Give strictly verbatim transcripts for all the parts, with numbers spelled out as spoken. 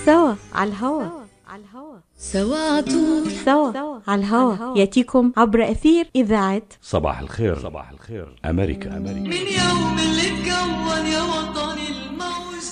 سوا على الهوا سوا على طول سوا على الهوا ياتيكم عبر أثير إذاعة صباح الخير. صباح الخير أمريكا. أمريكا من يوم اللي اتكون يا وطني الموج.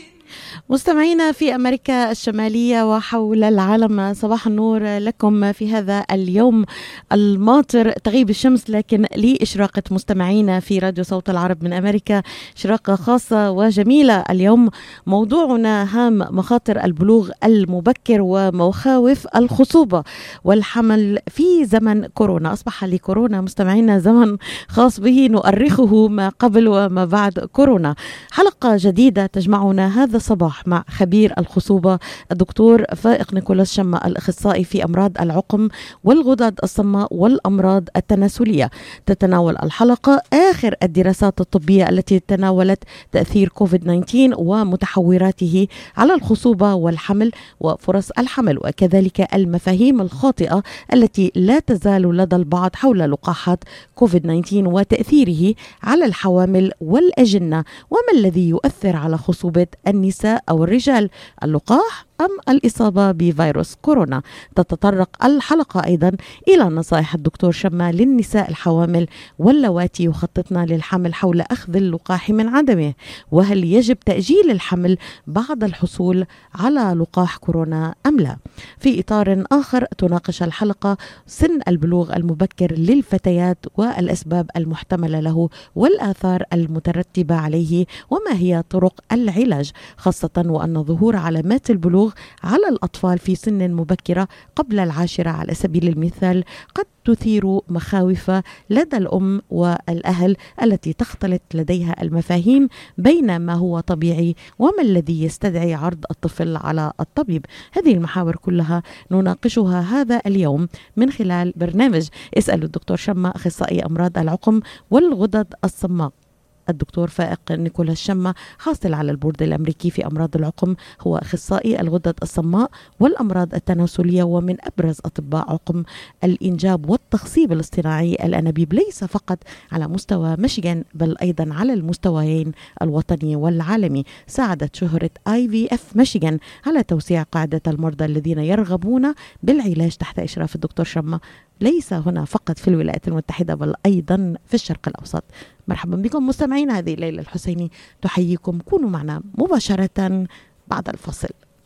مستمعينا في أمريكا الشمالية وحول العالم، صباح النور لكم في هذا اليوم الماطر. تغيب الشمس لكن لإشراقة مستمعينا في راديو صوت العرب من أمريكا إشراقة خاصة وجميلة. اليوم موضوعنا هام مخاطر البلوغ المبكر ومخاوف الخصوبة والحمل في زمن كورونا. أصبح لكورونا مستمعينا زمن خاص به نؤرخه ما قبل وما بعد كورونا. حلقة جديدة تجمعنا هذا الصباح مع خبير الخصوبة الدكتور فائق نيكولاس شمة، الأخصائي في أمراض العقم والغدد الصماء والأمراض التناسلية. تتناول الحلقة آخر الدراسات الطبية التي تناولت تأثير كوفيد تسعة عشر ومتحوراته على الخصوبة والحمل وفرص الحمل، وكذلك المفاهيم الخاطئة التي لا تزال لدى البعض حول لقاحات كوفيد تسعة عشر وتأثيره على الحوامل والأجنة، وما الذي يؤثر على خصوبة النساء أو الرجال، اللقاح أم الإصابة بفيروس كورونا. تتطرق الحلقة أيضا إلى نصائح الدكتور شمة للنساء الحوامل واللواتي يخططن للحمل حول أخذ اللقاح من عدمه، وهل يجب تأجيل الحمل بعد الحصول على لقاح كورونا أم لا. في إطار آخر تناقش الحلقة سن البلوغ المبكر للفتيات والأسباب المحتملة له والآثار المترتبة عليه، وما هي طرق العلاج، خاصة وأن ظهور علامات البلوغ على الأطفال في سن مبكرة قبل العاشرة على سبيل المثال قد تثير مخاوف لدى الأم والأهل التي تختلط لديها المفاهيم بين ما هو طبيعي وما الذي يستدعي عرض الطفل على الطبيب. هذه المحاور كلها نناقشها هذا اليوم من خلال برنامج اسأل الدكتور شمة، أخصائي أمراض العقم والغدد الصماء. الدكتور فائق نيكولاس شمة حاصل على البورد الأمريكي في أمراض العقم، هو أخصائي الغدد الصماء والأمراض التناسلية ومن أبرز أطباء عقم الإنجاب والتخصيب الاصطناعي الأنابيب، ليس فقط على مستوى ميشيغان بل أيضا على المستويين الوطني والعالمي. ساعدت شهرة آي في إف ميشيغان على توسيع قاعدة المرضى الذين يرغبون بالعلاج تحت إشراف الدكتور شمة، ليس هنا فقط في الولايات المتحدة بل أيضا في الشرق الأوسط. مرحبا بكم مستمعين، هذه ليلى الحسيني تحييكم. كونوا معنا مباشرة بعد الفصل.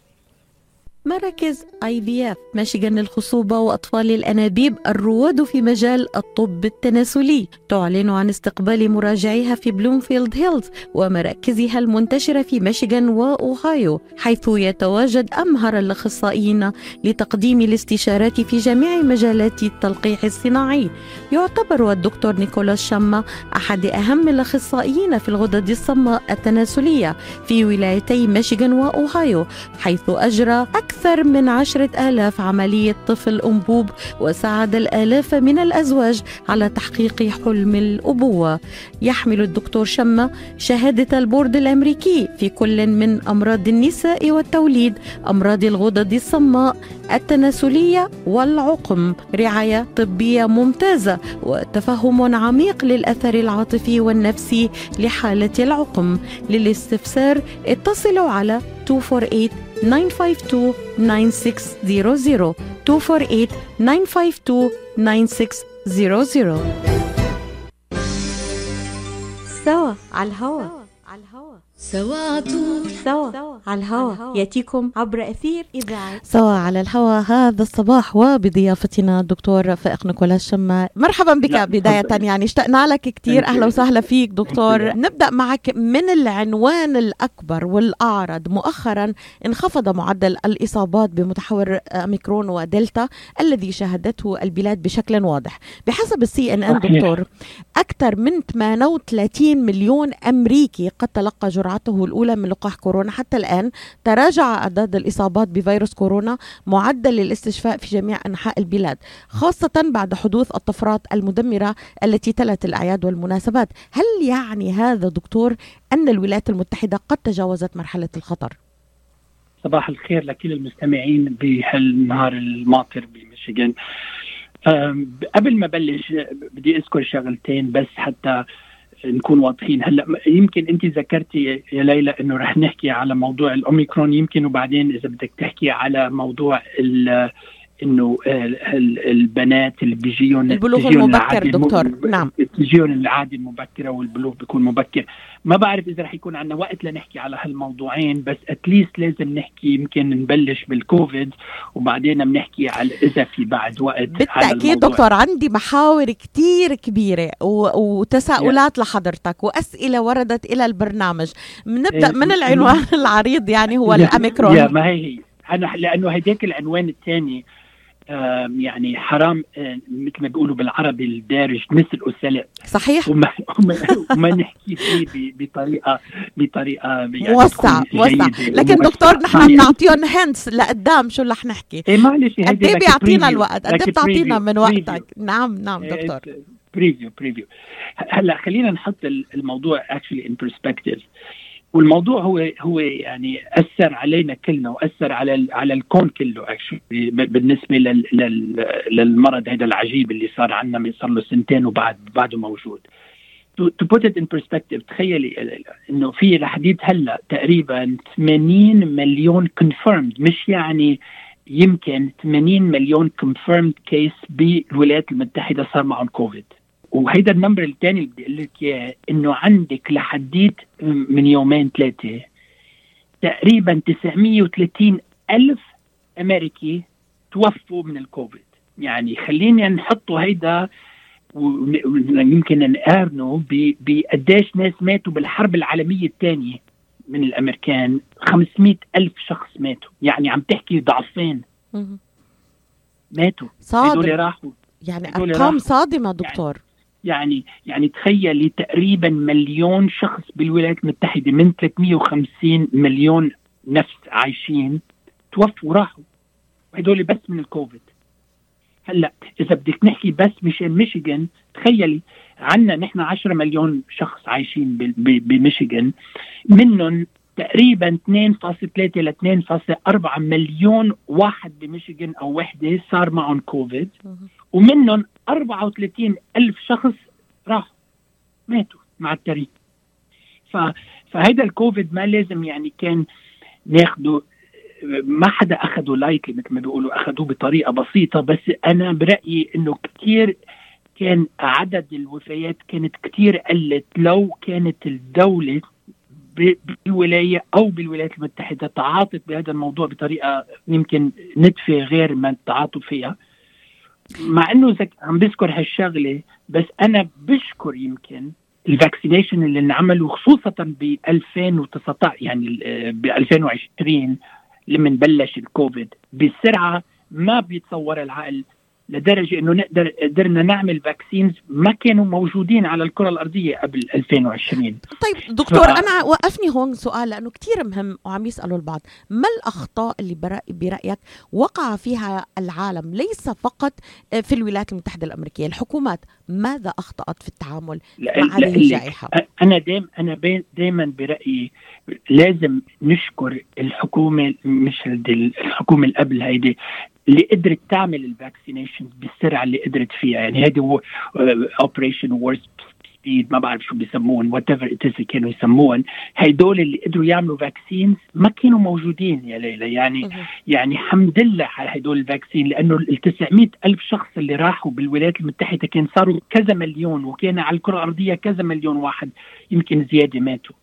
مراكز آي في إف ميشيغان للخصوبة وأطفال الأنابيب الرواد في مجال الطب التناسلي تعلن عن استقبال مراجعيها في بلومفيلد هيلز ومراكزها المنتشرة في ميشيغان وأوهايو، حيث يتواجد أمهر الأخصائيين لتقديم الاستشارات في جميع مجالات التلقيح الصناعي. يعتبر الدكتور نيكولاس شمة أحد أهم الأخصائيين في الغدد الصماء التناسلية في ولايتي ميشيغان وأوهايو، حيث أجرى أكثر من عشرة آلاف عملية طفل أنبوب وساعد الآلاف من الأزواج على تحقيق حلم الأبوة. يحمل الدكتور شمة شهادة البورد الأمريكي في كل من أمراض النساء والتوليد، أمراض الغدد الصماء التناسلية والعقم، رعاية طبية ممتازة وتفهم عميق للأثر العاطفي والنفسي لحالة العقم. للاستفسار اتصلوا على two four eight nine five two nine six zero zero two four eight nine five two nine six zero zero. سوا على الهوا سوا على طول سوا على الهوا ياتيكم عبر أثير إذاعة سوا على الهوا هذا الصباح، وبضيافتنا الدكتور فائق نيكولاس شمة. مرحبا بك بداية، يعني اشتقنا لك كتير. أهلا وسهلا فيك دكتور. نبدأ معك من العنوان الأكبر والأعرض. مؤخرا انخفض معدل الإصابات بمتحور أوميكرون ودلتا الذي شهدته البلاد بشكل واضح. بحسب السي ان ان دكتور، أكثر من ثمانية وثلاثين مليون أمريكي قد تلقى جرعته الأولى من لقاح كورونا. حتى الآن تراجع أعداد الإصابات بفيروس كورونا، معدل الاستشفاء في جميع أنحاء البلاد، خاصة بعد حدوث الطفرات المدمرة التي تلت الأعياد والمناسبات. هل يعني هذا دكتور أن الولايات المتحدة قد تجاوزت مرحلة الخطر؟ صباح الخير لكل المستمعين بهالنهار الماطر بميشيغان. قبل ما بلش بدي أذكر شغلتين بس حتى نكون واضحين. هلا يمكن انت ذكرتي يا ليلى انه رح نحكي على موضوع الاوميكرون، يمكن وبعدين اذا بدك تحكي على موضوع انه البنات اللي بيجيون البلوغ المبكر دكتور. نعم، بيجيون العاده المبكره والبلوغ بيكون مبكر. ما بعرف اذا رح يكون عندنا وقت لنحكي على هالموضوعين، بس اتليست لازم نحكي، يمكن نبلش بالكوفيد وبعدين بنحكي على اذا في بعد وقت. بالتاكيد دكتور، عندي محاور كتير كبيره وتساؤلات yeah. لحضرتك واسئله وردت الى البرنامج. بنبدا من العنوان العريض يعني هو الأوميكرون. يا ما هي انا لانه هداك العنوان الثاني يعني حرام، مثل ما بيقولوا بالعربي الدارج مثل أسلق. صحيح. وما, وما, وما نحكي فيه بطريقة بطريقة يعني موسعة موسعة. لكن دكتور نحن بنعطيهم هنس لقدام شو رح نحكي. إيه معلش، قد ايه بيعطينا الوقت، قد ايه بتعطينا من وقتك. نعم نعم دكتور. بريفيو بريفيو هلا خلينا نحط الموضوع actually in perspective. والموضوع هو هو يعني اثر علينا كلنا واثر على على الكون كله اكشلي بالنسبه لل لل للمرض هذا العجيب اللي صار عندنا صار له سنتين وبعد بعده موجود. to, to put it in perspective، تخيلي انه في لحديت هلا تقريبا ثمانين مليون confirmed، مش يعني يمكن ثمانين مليون confirmed case بالولايات المتحده صار معهم كوفيد. وهيدا النمبر الثاني اللي بدي اقول لك اياه، انه عندك لحديت من يومين ثلاثه تقريبا تسعمية وثلاثين الف امريكي توفوا من الكوفيد. يعني خلينا نحطوا هيدا ويمكن نقارنه بقديش ناس ماتوا بالحرب العالميه الثانيه من الامريكان. خمسمية الف شخص ماتوا، يعني عم تحكي ضعفين ماتوا. هدول راحوا، يعني ارقام صادمه دكتور. يعني يعني يعني تخيلي تقريبا مليون شخص بالولايات المتحدة من ثلاثمية وخمسين مليون نفس عايشين توفوا وراحوا، وهدول بس من الكوفيد. هلا إذا بدك نحكي بس مشان ميشيغان، تخيلي عنا نحن عشرة مليون شخص عايشين بميشيغان، منهم تقريبا اثنين فاصلة ثلاثة ل اثنين فاصلة أربعة مليون واحد بميشيغان أو وحدة صار معهم كوفيد، ومنهم أربعة وثلاثين ألف شخص راحوا ماتوا مع التاريخ. فهذا الكوفيد ما لازم يعني كان ناخده، ما حدا أخده لايتلي مثل ما بيقولوا، أخدوه بطريقة بسيطة. بس أنا برأيي إنه كتير كان عدد الوفيات كانت كتير قلت لو كانت الدولة بالولاية أو بالولايات المتحدة تعاطت بهذا الموضوع بطريقة يمكن ندفة غير ما تعاطوا فيها. مع انه زك... عم بذكر هالشغله، بس انا بشكر يمكن الفاكسينيشن اللي انعملوا خصوصا ب ألفين وتسعطعش، يعني ب ألفين وعشرين لما بلش الكوفيد بسرعه ما بيتصور العقل، لدرجه انه نقدر قدرنا نعمل فاكسينز ما كانوا موجودين على الكره الارضيه قبل ألفين وعشرين. طيب دكتور، ف... انا وقفني هون سؤال لانه كتير مهم وعم يسالوا البعض، ما الاخطاء اللي برأي برايك وقع فيها العالم ليس فقط في الولايات المتحده الامريكيه؟ الحكومات ماذا اخطات في التعامل مع هذه الجائحه؟ انا دائما انا دائما برايي لازم نشكر الحكومه، مش الحكومه اللي قبل هيدي، اللي قدرت تعمل الفاكسينيشن بالسرعه اللي قدرت فيها. يعني هذا هو اوبريشن وورس سبيد، ما بعرف شو بيسموهم، وات ايفر ات از كانوا يسموهم. هيدول اللي قدروا يعملوا فاكسينز ما كانوا موجودين يا ليلى. يعني يعني الحمد لله على هدول الفاكسين، لانه ال تسعمية الف شخص اللي راحوا بالولايات المتحده كان صاروا كذا مليون، وكان على الكره الارضيه كذا مليون واحد يمكن زياده ماتوا.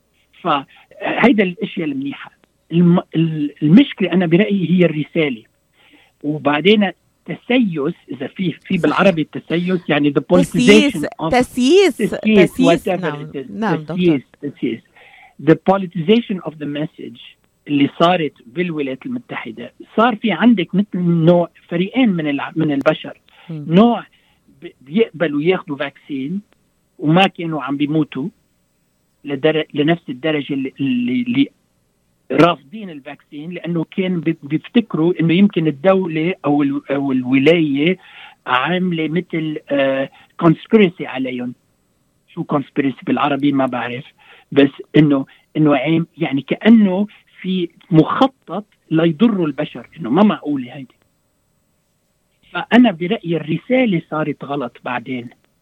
فهيدا الاشياء المنيحه. الم... المشكله انا برايي هي الرساله، وبعدين تسيس، اذا في في بالعربي التسيس يعني the politicization of تسييس تسييس نعم نعم تسييس تسييس the politicization of the message اللي صارت بالولايات المتحده. صار في عندك مثل نوع فريقين من من البشر، م. نوع بيقبلوا ياخذوا فاكسين وما كانوا عم بيموتوا لدر... لنفس الدرجه اللي, اللي رافضين الفاكسين، لأنه كان بيفتكروا إنه يمكن الدولة أو أو الولاية عاملة مثل كونسبيرسي عليهم. شو كونسبيرسي بالعربي ما بعرف، بس إنه إنه عام يعني كأنه في مخطط ليضروا البشر، إنه ما معقولة هيدي. فأنا برأيي الرسالة صارت غلط بعدين،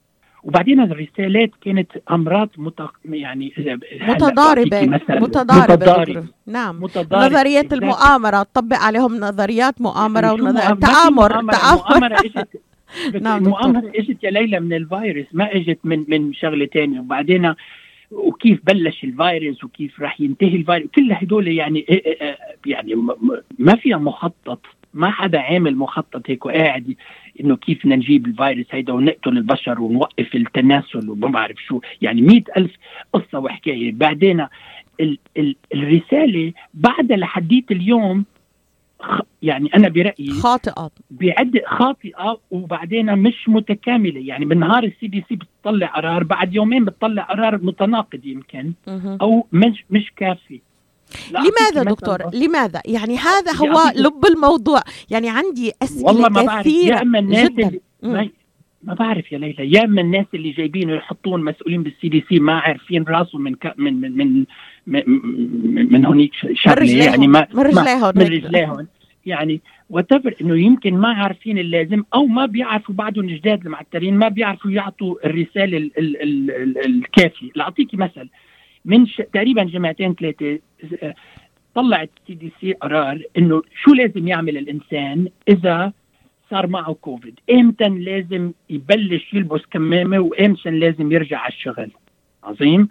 وبعدين الرسالات كانت امراض متق... يعني متضاربه متضاربه, متضاربة. نعم متضاربة. نظريه المؤامره طبق عليهم نظريات مؤامره ونظريات تآمر تآمر اجت نعم المؤامره اجت يا ليلى من الفيروس، ما اجت من من شغله ثانيه. وبعدين وكيف بلش الفيروس وكيف راح ينتهي الفيروس، كل هدول يعني يعني ما فيها مخطط، ما حدا عامل مخطط هيك وقاعد انه كيف بدنا نجيب الفيروس هيدا ونقتل البشر ونوقف التناسل وما بعرف شو، يعني مئة ألف قصة وحكاية. بعدين ال ال الرسالة بعد لحديت اليوم يعني أنا برأيي خاطئة بعد خاطئة وبعدين مش متكاملة. يعني بالنهار السي دي سي بتطلع قرار، بعد يومين بتطلع قرار متناقض يمكن أو مش مش كافي. لماذا دكتور؟ لماذا؟ يعني هذا هو لب الموضوع. يعني عندي أسئلة كثيرة يا أما الناس اللي ما, ما بعرف يا ليلى، يا أما الناس اللي جايبين يحطون مسؤولين بالسي دي سي ما عارفين راسهم من ك... من من من من, من هونيك شغله، يعني ما من رجليهم من رجليهم يعني وتفر انه يمكن ما عارفين اللازم او ما بيعرفوا بعدهم جداد المعترين ما بيعرفوا يعطوا الرسالة ال ال ال ال الكافي. لأعطيكي مثل، من ش... تقريبا جمعتين ثلاثة طلعت سي دي سي قرار انه شو لازم يعمل الانسان اذا صار معه كوفيد، امتى لازم يبلش يلبس كمامة وامتى لازم يرجع على الشغل. عظيم.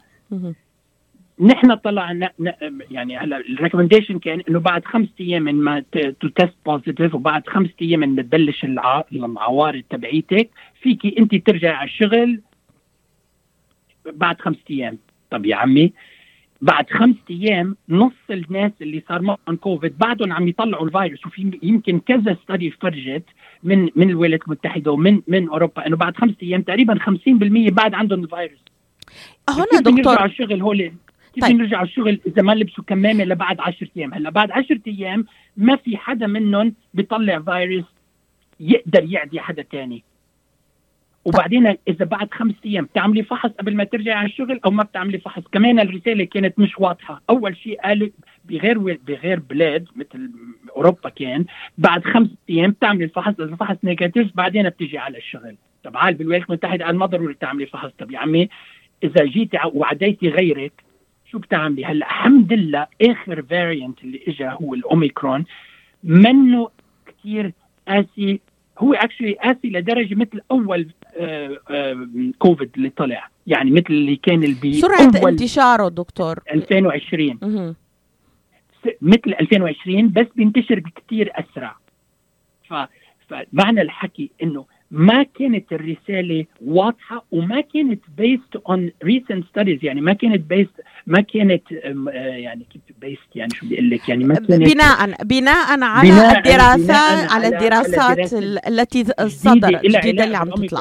نحن طلعنا يعني هلا الريكومنديشن كان انه بعد خمسة ايام من ما تو تيست بوزيتيف وبعد خمسة ايام من ما تبلش العوارض تبعيتك فيكي انت ترجع على الشغل بعد خمسة ايام. طب يا عمي بعد خمسة ايام نص الناس اللي صار معهم كوفيد بعدهم عم يطلعوا الفيروس، وفي يمكن كذا ستادي فرجت من من الولايات المتحده ومن من اوروبا انه بعد خمسة ايام تقريبا خمسين بالمية بعد عندهم الفيروس. هنا دكتور نرجع على الشغل هول كيف طيب. نرجع على الشغل اذا ما لبسوا كمامه لبعد عشرة ايام. هلا بعد عشرة ايام ما في حدا منهم بيطلع فيروس يقدر يعدي حدا تاني. وبعدين إذا بعد خمس أيام بتعملي فحص قبل ما ترجعي على الشغل أو ما بتعملي فحص. كمان الرسالة كانت مش واضحة. أول شيء قال بغير بغير بلاد مثل أوروبا كان بعد خمس أيام بتعملي الفحص، إذا الفحص نيجاتيف بعدين بتيجي على الشغل. طب عال بالولايات المتحدة قال ما ضروري تعملي فحص. طب يا عمي إذا جيتي وعديتي غيرك شو بتعملي؟ هلا الحمد لله آخر فاريانت اللي إجا هو الأوميكرون منه كتير قاسي، هو اكشلي قاسي لدرجه مثل اول آآ آآ كوفيد اللي طلع، يعني مثل اللي كان البي سرعه انتشاره دكتور ألفين وعشرين م- مثل ألفين وعشرين بس بينتشر بكتير اسرع. ف فمعنى الحكي انه ما كانت الرساله واضحه وما كانت based on recent studies، يعني ما كانت based ما كانت يعني كيف based يعني شو بدي اقول لك يعني ما كانت بناء بناء على بناء الدراسات بناء على الدراسات التي صدرت جديده اللي عم تطلع،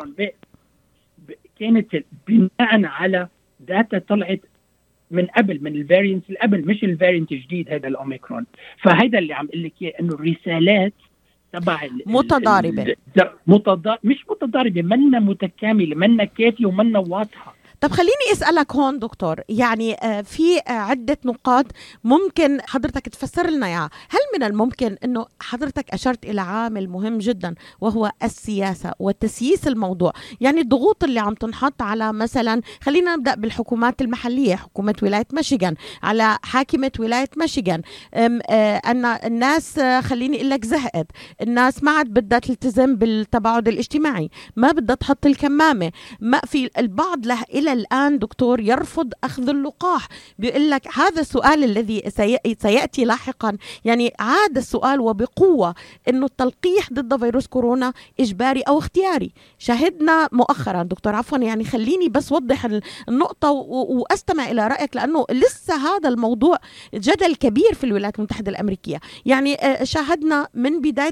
كانت بناء على داتا طلعت من قبل من الفاريانت اللي قبل، مش الفاريانت الجديد هذا الاوميكرون. فهذا اللي عم اقول لك اياه انه الرسالات تبع متضاربه متضاربه مش متضاربه منا متكامله منا كافيه ومنا واضحه. طب خليني أسألك هون دكتور، يعني في عدة نقاط ممكن حضرتك تفسر لنا إياها. هل من الممكن أنه حضرتك أشرت إلى عامل مهم جدا وهو السياسة وتسييس الموضوع، يعني الضغوط اللي عم تنحط على مثلا خلينا نبدأ بالحكومات المحلية، حكومة ولاية ميشيغان على حاكمة ولاية ميشيغان، أن الناس خليني أقول لك زهقت، الناس ما عاد بدها تلتزم بالتباعد الاجتماعي، ما بدها تحط الكمامة، ما في البعض له إلى الآن دكتور يرفض أخذ اللقاح. بيقول لك هذا السؤال الذي سيأتي لاحقا، يعني عاد السؤال وبقوة إنه التلقيح ضد فيروس كورونا إجباري أو اختياري. شاهدنا مؤخرا دكتور عفوا، يعني خليني بس وضح النقطة وأستمع إلى رأيك، لأنه لسه هذا الموضوع جدل كبير في الولايات المتحدة الأمريكية. يعني شاهدنا من بداية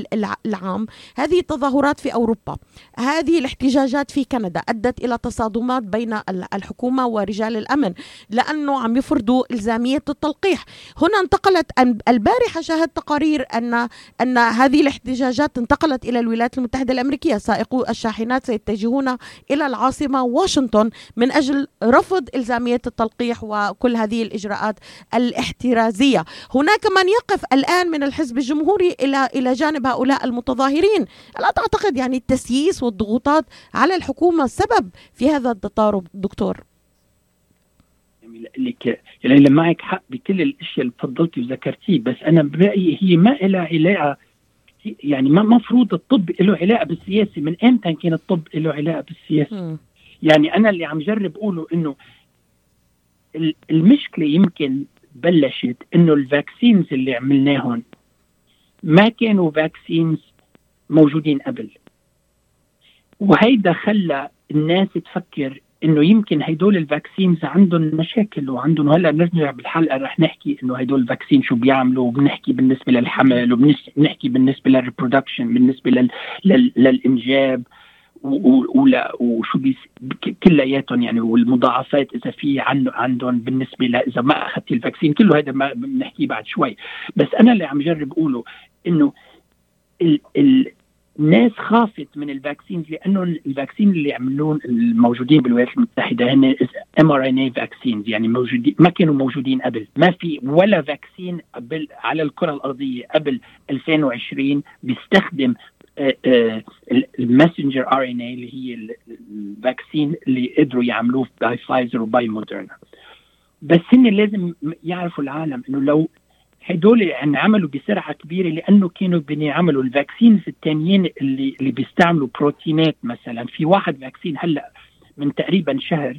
العام هذه التظاهرات في أوروبا، هذه الاحتجاجات في كندا أدت إلى تصادمات خصومات بين الحكومة ورجال الأمن لأنه عم يفرضوا إلزامية التلقيح. هنا انتقلت البارحة، شاهدت تقارير أن أن هذه الاحتجاجات انتقلت إلى الولايات المتحدة الأمريكية. سائقو الشاحنات سيتجهون إلى العاصمة واشنطن من أجل رفض إلزامية التلقيح وكل هذه الإجراءات الاحترازية. هناك من يقف الآن من الحزب الجمهوري إلى إلى جانب هؤلاء المتظاهرين. لا تعتقد يعني التسييس والضغوطات على الحكومة سبب في هذا التضارب دكتور؟ لك يعني لما معك حق بكل الاشياء اللي تفضلتي وذكرتيه، بس انا برايي هي ما لها علاقه، يعني ما مفروض الطب له علاقه بالسياسه. من امتى كان الطب له علاقه بالسياسه؟ يعني انا اللي عم جرب اقوله انه المشكله يمكن بلشت انه الفاكسينز اللي عملناهم ما كانوا فاكسينز موجودين قبل، وهيدا خلى الناس تفكر انه يمكن هيدول الفاكسينز عندهم مشاكل وعندهم. هلا بنرجع بالحلقه رح نحكي انه هيدول الفاكسين شو بيعملوا، وبنحكي بالنسبه للحمل، وبنحكي بالنسبه للريبرودكشن، بالنسبه لل... لل... للانجاب ولا وشو بيس كلياتهم يعني، والمضاعفات اذا في عنده عندهم بالنسبه ل اذا ما اخذتي الفاكسين. كله هذا ما بنحكيه بعد شوي. بس انا اللي عم جرب اقوله انه ال... ال... الناس خافت من الفاكسين لأنه الفاكسين اللي عملون الموجودين بالولايات المتحدة هن إم آر إن إيه vaccines، يعني موجودين ما كانوا موجودين قبل. ما في ولا فاكسين قبل على الكرة الأرضية قبل ألفين وعشرين بيستخدم الماسنجر آر إن إيه اللي هي الفاكسين اللي قدروا يعملوه باي فايزر وباي موديرنا. بس هن لازم يعرفوا العالم إنه لو هدول يعني عملوا بسرعة كبيرة لأنه كانوا بيعملوا الفاكسينز التانيين اللي اللي بيستعملوا بروتينات. مثلا في واحد فاكسين هلأ من تقريبا شهر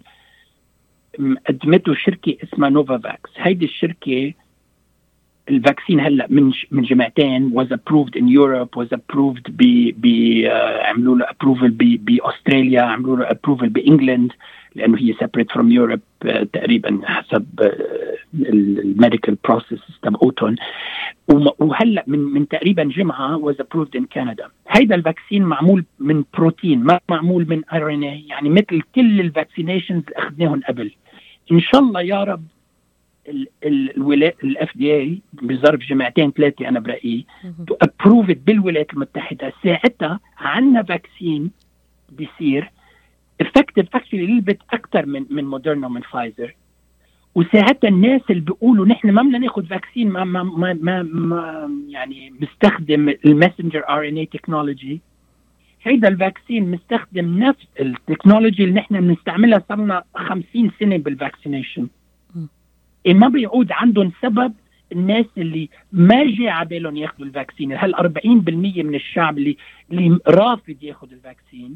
قدمته شركة اسمها نوفافاكس. هيدي الشركة الفاكسين هلأ من من جمعتين was approved in Europe, was approved ب ب عملوا له approval ب بأستراليا، عملوا له approval بإنجلند لأنه هي separate from Europe تقريبا حسب الميديكال بروسيس تبعوتهم. وهلا من من تقريبا جمعه was approved in Canada. هيدا الفاكسين معمول من بروتين، ما معمول من آر إن إيه، يعني مثل كل الفاكسينيشنز اللي اخذناهم قبل. ان شاء الله يا رب الولايات الاف دي اي بظرف جمعتين ثلاثه انا برايي تو ابروف بالولايات المتحده. ساعتها عندنا فاكسين بيصير effective actually للبت أكتر من من موديرنا ومن فايزر. وساعتها الناس اللي بيقولوا نحن ما بدنا ناخذ فاكسين ما ما ما, ما, ما يعني مستخدم الماسنجر آر إن إيه تكنولوجي، هيدا الفاكسين مستخدم نفس التكنولوجي اللي نحن بنستعملها صرنا خمسين سنة بالفاكسينيشن. إيه ما بيعود عندهم سبب الناس اللي ما جاء عبالهم ياخذوا الفاكسين. هل أربعين بالمية من الشعب اللي اللي رافض ياخذ الفاكسين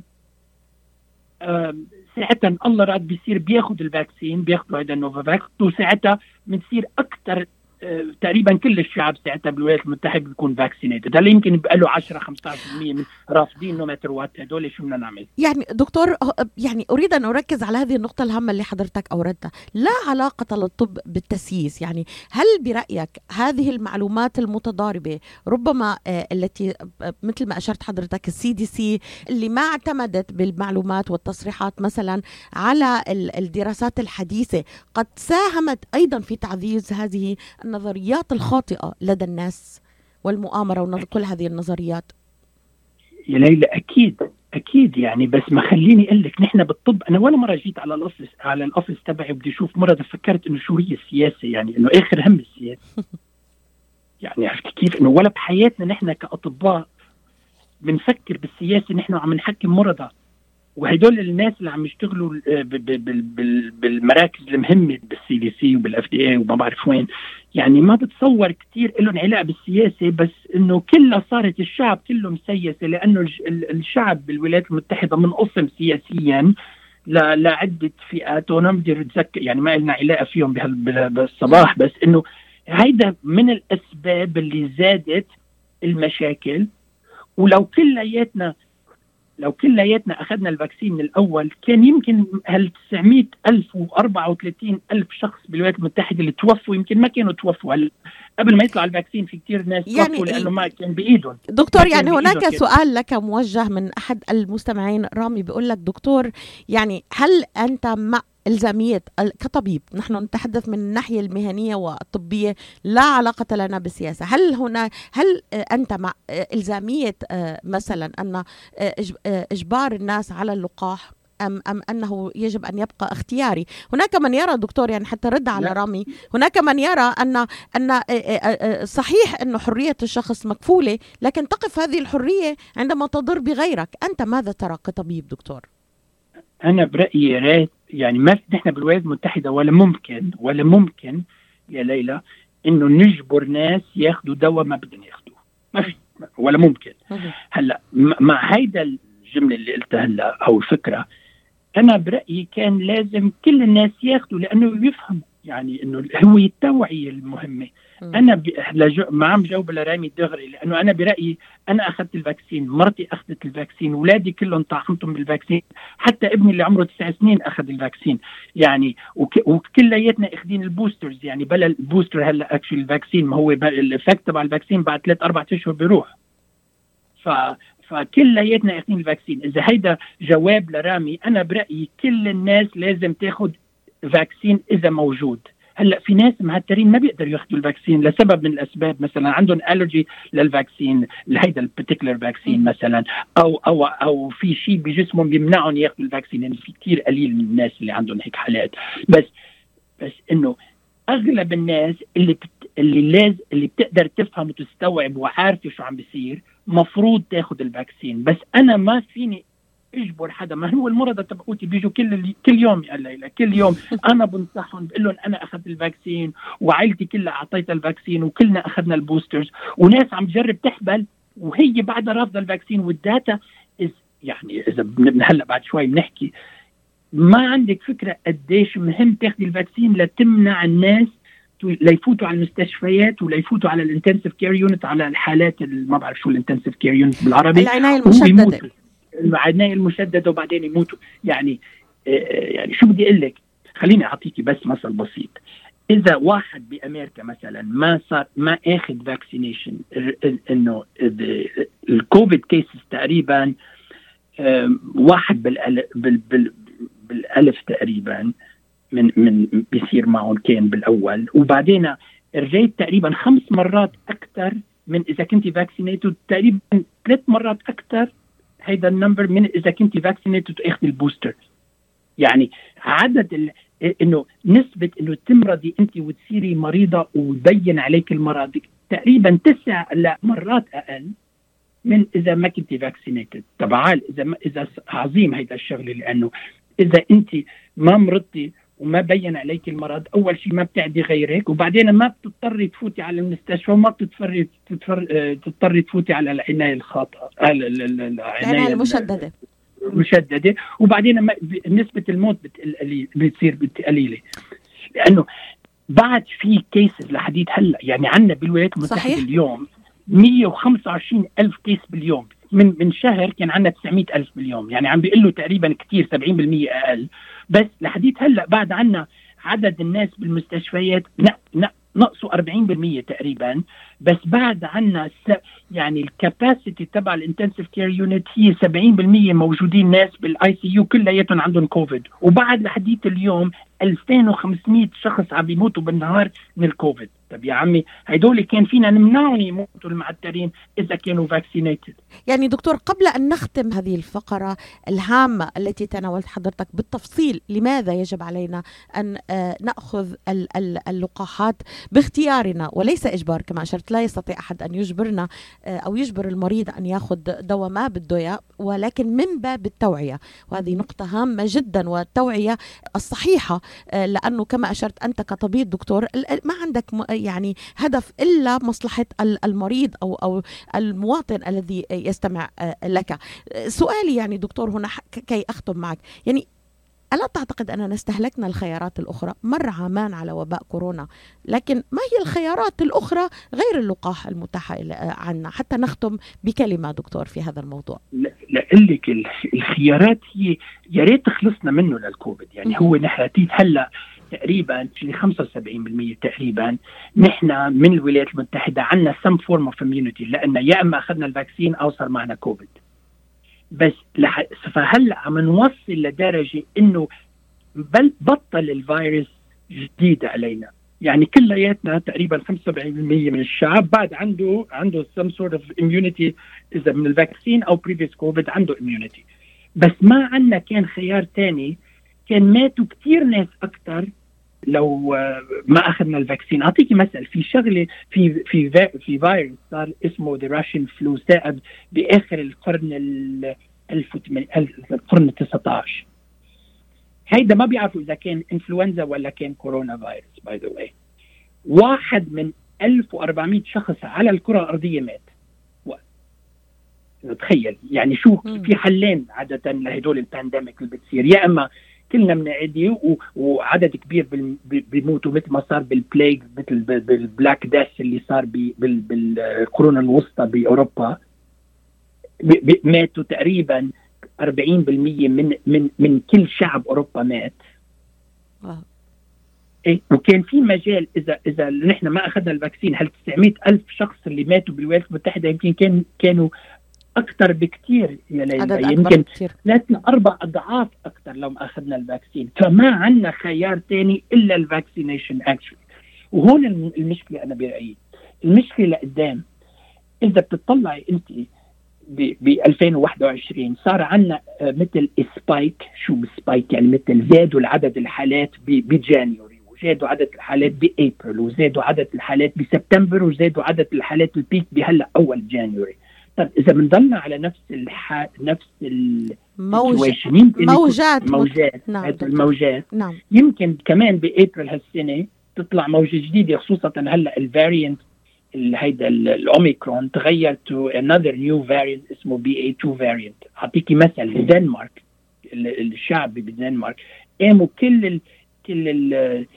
ساعتها الله راد بيصير بياخد الفاكسين، بياخدوا هذا النوفافاكس، وساعتها بنصير أكتر تقريبا كل الشعب ساعتها بالولايات المتحدة بيكون فاكسينيتد. هل يمكن يبقى له عشرة خمسة عشر بالمية من رافضين نو ماتر وات؟ هدول شو بدنا نعمل؟ يعني دكتور، يعني أريد أن أركز على هذه النقطة الهامة اللي حضرتك أوردتها. لا علاقة للطب بالتسييس. يعني هل برأيك هذه المعلومات المتضاربة ربما التي مثل ما أشرت حضرتك السي دي سي اللي ما اعتمدت بالمعلومات والتصريحات مثلا على الدراسات الحديثة قد ساهمت أيضا في تعزيز هذه النظريات الخاطئة لدى الناس والمؤامرة وكل هذه النظريات؟ يا ليلى أكيد أكيد يعني. بس ما خليني أقول لك نحن بالطب، أنا ولا مرة جيت على الأوفيس على الأوفيس تبعي بدي أشوف مرة فكرت إنه شو هي السياسة، يعني إنه آخر هم السياسة. يعني عرفت كيف؟ إنه ولا بحياتنا نحن كأطباء بنفكر بالسياسة، نحن عم نحكم مرضى. وهدول الناس اللي عم يشتغلوا بالمراكز المهمة بالسي دي سي وبالاف دي اي وما بعرف وين، يعني ما بتصور كتير لهم علاقة بالسياسة، بس انه كلها صارت الشعب كله مسيسة، لانه الشعب بالولايات المتحدة منقسم سياسيا لعدة فئات وانا بدي اتذكر يعني ما لنا علاقة فيهم بالصباح، بس انه هيدا من الاسباب اللي زادت المشاكل. ولو كلياتنا لو كلياتنا أخذنا الفاكسين من الأول كان يمكن هال تسعمائة ألف وأربعة وثلاثين ألف شخص بالولايات المتحدة اللي توفوا يمكن ما كانوا توفوا. قبل ما يطلع الفاكسين في كتير ناس يعني توفوا لأنه ما كان بإيدهم. دكتور يعني هناك سؤال لك موجه من أحد المستمعين رامي بيقول لك دكتور يعني هل أنت مع إلزامية كطبيب، نحن نتحدث من الناحية المهنية والطبية لا علاقة لنا بالسياسة، هل هنا هل أنت مع إلزامية مثلا أن إجبار الناس على اللقاح أم أم أنه يجب أن يبقى اختياري؟ هناك من يرى دكتور يعني حتى رد على رامي، هناك من يرى أن أن صحيح أنه حرية الشخص مكفولة لكن تقف هذه الحرية عندما تضر بغيرك. أنت ماذا ترى كطبيب دكتور؟ أنا برأيي رأي يعني ما نحن بالولايات المتحدة ولا ممكن ولا ممكن يا ليلى إنه نجبر ناس ياخدوا دواء ما بدهم ياخدوه، ما في ولا ممكن. هلا مع هيدا الجملة اللي قلتها هلا أو الفكرة، أنا برأيي كان لازم كل الناس ياخدوا لأنه يفهموا يعني إنه هو التوعية المهمة. أنا ب... ما عم جاوب لرامي دغري لأنه أنا برأيي أنا أخذت الفاكسين، مرتي أخذت الفاكسين، ولادي كلهم طعمتهم بالفاكسين، حتى ابني اللي عمره تسع سنين أخذ الفاكسين يعني وك... وكلياتنا أخذين البوسترز يعني بلا البوستر هلا أكشن الفاكسين ما هو الإفكت تبع الفاكسين بعد ثلاث أربع أشهر بيروح. ف فكلياتنا أخذين الفاكسين. إذا هيدا جواب لرامي أنا برأيي كل الناس لازم تاخد فاكسين إذا موجود. هلا في ناس مهترين ما بيقدروا ياخذوا الفاكسين لسبب من الاسباب، مثلا عندهم الرجي للفاكسين لهيدا البارتيكولر فاكسين مثلا او او او في شيء بجسمهم بيمنعهم ياخذوا الفاكسين. يعني في كثير قليل من الناس اللي عندهم هيك حالات، بس بس انه اغلب الناس اللي بت... اللي لازم اللي بتقدر تفهم وتستوعب وعارفه شو عم بيصير مفروض تاخذ الفاكسين. بس انا ما فيني اجبر حدا، ما هو المرضى تبعوتي بيجوا كل كل يوم يا ليلى كل يوم انا بنصحهم بقول لهم انا اخذت الفاكسين وعائلتي كلها اعطيتها الفاكسين وكلنا اخذنا البوسترز، وناس عم تجرب تحبل وهي بعدها رافضه الفاكسين. والداتا يعني اذا هلا بعد شوي بنحكي ما عندك فكره قديش مهم تاخذي الفاكسين لتمنع الناس ليفوتوا على المستشفيات وليفوتوا على الانتنسيف كير يونت، على الحالات اللي ما بعرف شو الانتنسيف كير يونت بالعربي، العناية المشددة العناية المشددة وبعدين يموتوا. يعني يعني شو بدي أقول لك، خليني أعطيكي بس مثل بسيط. إذا واحد بأمريكا مثلا ما صار ما أخذ فاكسينيشن، إنه الكوفيد كيسز تقريبا واحد بالألف, بالألف تقريبا من من بيصير معهم كان بالأول، وبعدين رجعت تقريبا خمس مرات أكثر من إذا كنت فاكسينيتد، تقريبا ثلاث مرات أكثر هيدا النمبر من إذا كنت فاكسينيتد وتأخذ البوستر. يعني عدد ال... إنه نسبة إنه تمرضي أنت وتصيري مريضة ويبين عليك المرض تقريبا تسع لا مرات أقل من إذا ما كنت فاكسينيتد. طبعا إذا ما... إذا عظيم هيدا الشغل، لأنه إذا أنت ما مرضتي وما بين عليك المرض أول شيء ما بتعدي غيرك، وبعدين ما بتضطري تفوتي على المستشفى وما بتضطري تضطري تفوتي على العناية الخاطئة العناية المشددة مشددة وبعدين ما نسبة الموت بتقل بتصير قليلة، لأنه بعد في كيسز لحديد هلا يعني عندنا بالولايات المتحدة اليوم مية وخمسة وعشرين ألف كيس باليوم، من من شهر كان عندنا تسعمائة ألف باليوم، يعني عم بيقولوا تقريبا كتير سبعين بالمية أقل. بس لحديت هلا بعد عنا عدد الناس بالمستشفيات نقصوا أربعين بالمية تقريبا، بس بعد عنا يعني الكاباسيتي تبع الانتنسيف كير يونت هي سبعين بالمية موجودين ناس بالاي سي يو كلياتهم عندهم كوفيد، وبعد لحديت اليوم ألفين وخمسمائة شخص عم بيموتوا بالنهار من الكوفيد. طب يا عمي هيدول كان فينا نمنعهم يموتوا المعترين إذا كانوا فاكسينيتد. يعني دكتور قبل أن نختم هذه الفقرة الهامة التي تناولت حضرتك بالتفصيل لماذا يجب علينا أن نأخذ اللقاحات باختيارنا وليس إجبار كما أشرت، لا يستطيع أحد أن يجبرنا أو يجبر المريض أن يأخذ دواء ما بده إياه، ولكن من باب التوعية، وهذه نقطة هامة جدا، والتوعية الصحيحة، لأنه كما أشرت أنت كطبيب دكتور ما عندك يعني هدف إلا مصلحة المريض أو أو المواطن الذي يستمع لك. سؤالي يعني دكتور هنا كي أختم معك، يعني ألا تعتقد أننا استهلكنا الخيارات الأخرى؟ مر عامان على وباء كورونا، لكن ما هي الخيارات الأخرى غير اللقاح المتاحة عنا؟ حتى نختم بكلمة دكتور في هذا الموضوع. لقلك الخيارات هي يا ريت خلصنا منه للكوفيد، يعني هو نحن هلا تقريبا خمسة وسبعين بالمئة تقريبا نحن من الولايات المتحدة عنا some form of immunity، لأن يا إما أخذنا الفاكسين أو صار معنا كوفيد. بس لح... فهلا عم نوصل لدرجة إنه بل بطل الفيروس جديد علينا، يعني كلياتنا تقريبا خمسة وسبعين بالمئة من الشعب بعد عنده عنده some sort of immunity، إذا من الفاكسين أو previous كوفيد عنده immunity. بس ما عنا كان خيار تاني، كان ماتوا كتير ناس أكتر لو ما أخذنا الفاكسين. أعطيكي مثل، في شغلة في في في فيروس صار اسمه the Russian flu سائد بآخر القرن القرن التاسع عشر. هيدا ما بيعرفوا إذا كان إنفلونزا ولا كان كورونا فيروس. باي ذا واي واحد من ألف وأربعمئة شخص على الكرة الأرضية مات. تخيل يعني شو في حلين عادة لهدول البانديميك اللي بتصير، يا إما كلنا بنعدي وعدد كبير بيموتوا مثل ما صار بالبلايغ، مثل بالبلاك داس اللي صار بالقرون الوسطى بأوروبا، ماتوا تقريبا أربعين بالمئة من من من كل شعب أوروبا مات. إيه، وكان في مجال إذا إذا نحن ما أخذنا الفاكسين هل تسعمئة ألف شخص اللي ماتوا بالولايات المتحدة يمكن كان كانوا أكثر بكتير يا ليلى، يمكن ثلاثة أربع أضعاف أكثر لو ما أخذنا الفاكسين. فما عندنا خيار تاني إلا الفاكسينيشن actually. وهون المشكلة أنا برأيي، المشكلة لقدام إذا بتطلعي أنت ب ألفين وواحد وعشرين صار عندنا مثل سبايك. شو سبايك؟ يعني مثل زادوا العدد الحالات بجانيوري، وزادوا عدد الحالات بأبريل، وزادوا عدد الحالات بسبتمبر، وزادوا عدد الحالات البيك بهلا أول جانيوري. طب إذا بنضلنا على نفس الح... نفس الموجات موجات موجات نعم. الموجات نعم. يمكن كمان بأبريل هالسنة تطلع موجة جديدة، خصوصا هلا الفاريانت هيدا الأوميكرون تغير to another new variant اسمه بي إيه تو variant. أعطيكي مثل الدنمارك، الشعب بالدنمارك قاموا كل ال كل ال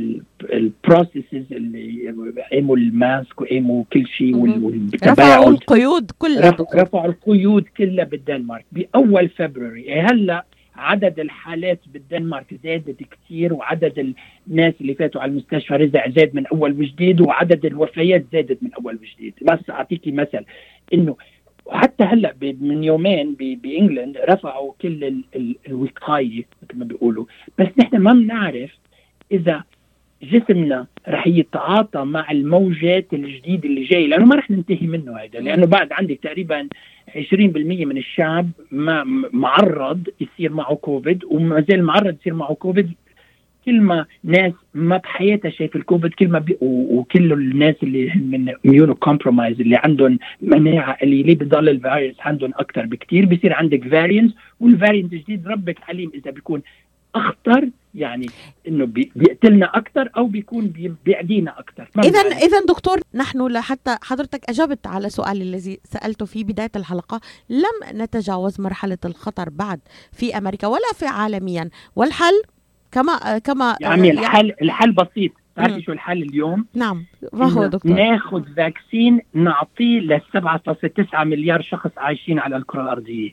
البروسيسز اللي قاموا الماسك وقاموا كل شيء رفعوا القيود كلها، رفعوا القيود كلها بالدنمارك بأول فبراير. هلا عدد الحالات بالدنمارك زادت كتير، وعدد الناس اللي فاتوا على المستشفى رجع زاد من أول وجديد، وعدد الوفيات زادت من أول وجديد. بس أعطيكي مثل إنه حتى هلا من يومين بإنجلند رفعوا كل الوقاية مثل ما بيقولوا، بس نحن ما بنعرف إذا جسمنا رح يتعاطى مع الموجات الجديدة اللي جاي، لأنه ما رح ننتهي منه هذا، لأنه بعد عندك تقريبا عشرين بالمئة من الشعب ما معرض يصير معه كوفيد، وما زال معرض يصير معه كوفيد. كل ما ناس ما بحياتها شايف الكوفيد، كل ما بي... وكل الناس اللي من immuno compromise اللي عندهم مناعة اللي ليه بضل الفيروس عندهم أكتر بكتير، بيصير عندك فاريانت، والفاريانت الجديد ربك عليم إذا بيكون أخطر، يعني إنه بي... بيقتلنا أكتر أو بيكون بي... بيعدينا أكتر. إذا إذا دكتور، نحن لحتى حضرتك أجبت على سؤال الذي سألته في بداية الحلقة، لم نتجاوز مرحلة الخطر بعد في أمريكا ولا في عالميا، والحل كما كما يعني الحل الحل بسيط. تعرفي شو الحل اليوم؟ نعم، ما هو دكتور؟ ناخذ فاكسين نعطيه ل سبعة فاصلة تسعة مليار شخص عايشين على الكرة الأرضية،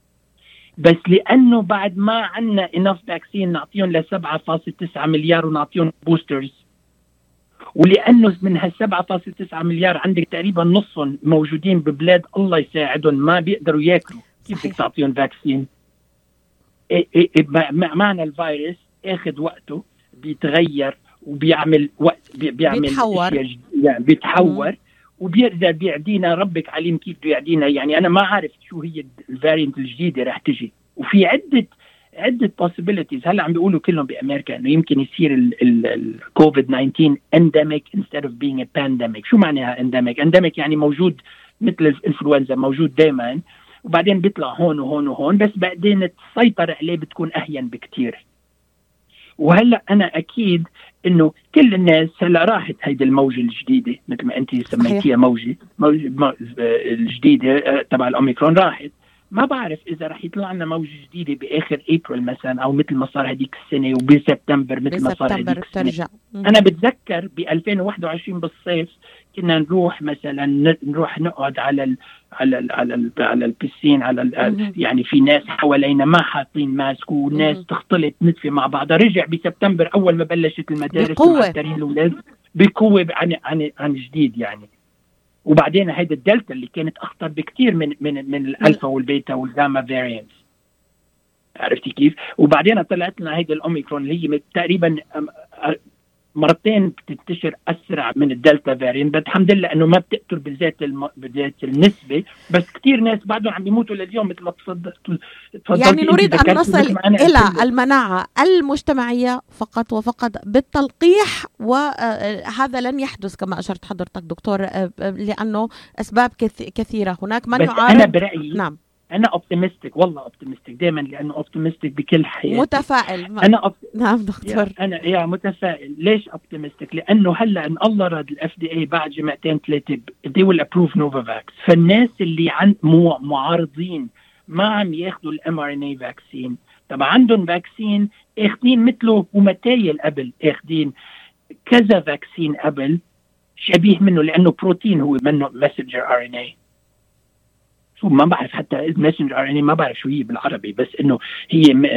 بس لأنه بعد ما عنا enough فاكسين نعطيهم ل سبعة فاصلة تسعة مليار ونعطيهم بوسترز، ولأنه من هال سبعة فاصلة تسعة مليار عندك تقريبا نصهم موجودين ببلاد الله يساعدهم ما بيقدروا ياكلوا، كيف بدك تعطيهم فاكسين؟ إيه إيه معنى الفيروس اخذ وقته بيتغير وبيعمل وقت بيعمل بيتحور يعني بيتحور وبيرجع بيعدينا ربك عليم كيف بده يعدينا. يعني انا ما عارف شو هي الفاريانت الجديده رح تجي، وفي عده عده possibilities. هلا عم بيقولوا كلهم بامريكا انه يمكن يصير الكوفيد تسعة عشر endemic instead of being a pandemic. شو معناها endemic؟ endemic يعني موجود مثل الانفلونزا، موجود دائما وبعدين بيطلع هون وهون وهون، بس بعدين السيطرة عليه بتكون أهين بكتير. وهلأ أنا أكيد إنه كل الناس هلأ راحت هيدي الموجة الجديدة مثل ما أنت سميتيها، موجة موجة الجديدة تبع الأوميكرون راحت، ما بعرف إذا رح يطلع لنا موجة جديدة بآخر أبريل مثلا، أو مثل ما صار هديك السنة، وبسبتمبر مثل ما صار هديك السنة. ترجع. أنا بتذكر ب ألفين وواحد وعشرين بالصيف كنا نروح مثلا نروح نقعد على ال على ال على ال على البسين، على ال يعني في ناس حوالينا ما حاطين ماسك، وناس تختلط ندفي مع بعضها. رجع بسبتمبر أول ما بلشت المدارس معترين الأولاد بقوة عن عن عن جديد يعني. وبعدين هيدا الدلتا اللي كانت أخطر بكتير من من من الألفا والبيتا والجاما فاريانتس، عرفتي كيف؟ وبعدين طلعت لنا هيدا الأوميكرون اللي هي تقريبا مرتين بتنتشر أسرع من الدلتا فاريانت، بس الحمد لله إنه ما بتقتل بذات الم... بذات النسبة، بس كتير ناس بعدهم عم بيموتوا لليوم مثل ما تفضلت. يعني نريد أن نصل إلى المناعة المجتمعية فقط وفقط بالتلقيح، وهذا لن يحدث كما أشرت حضرتك دكتور لأنه أسباب كثيرة هناك. من يعارض؟ أنا برأيي نعم أنا أوبتيمستيك، والله أوبتيمستيك دائما، لأنه أوبتيمستيك بكل حياتي. متفائل. أنا أوب... نعم دكتور. يا أنا يا متفائل. ليش أوبتيمستيك؟ لأنه هلا إن الله راد الإف دي إيه بعد جمعتين ثلاثة they will approve Novavax. فالناس اللي عن مو معارضين ما عم ياخذوا الام ار ان اي فاكسين، طبعا عندهم فاكسين اخذين مثله ومتايل قبل، اخذين كذا فاكسين قبل شبيه منه لأنه بروتين، هو منه ماسنجر ار ان اي. شو ما بعرف حتى ماسنجر ار ان اي ما بعرف شو هي بالعربي، بس انه هي م...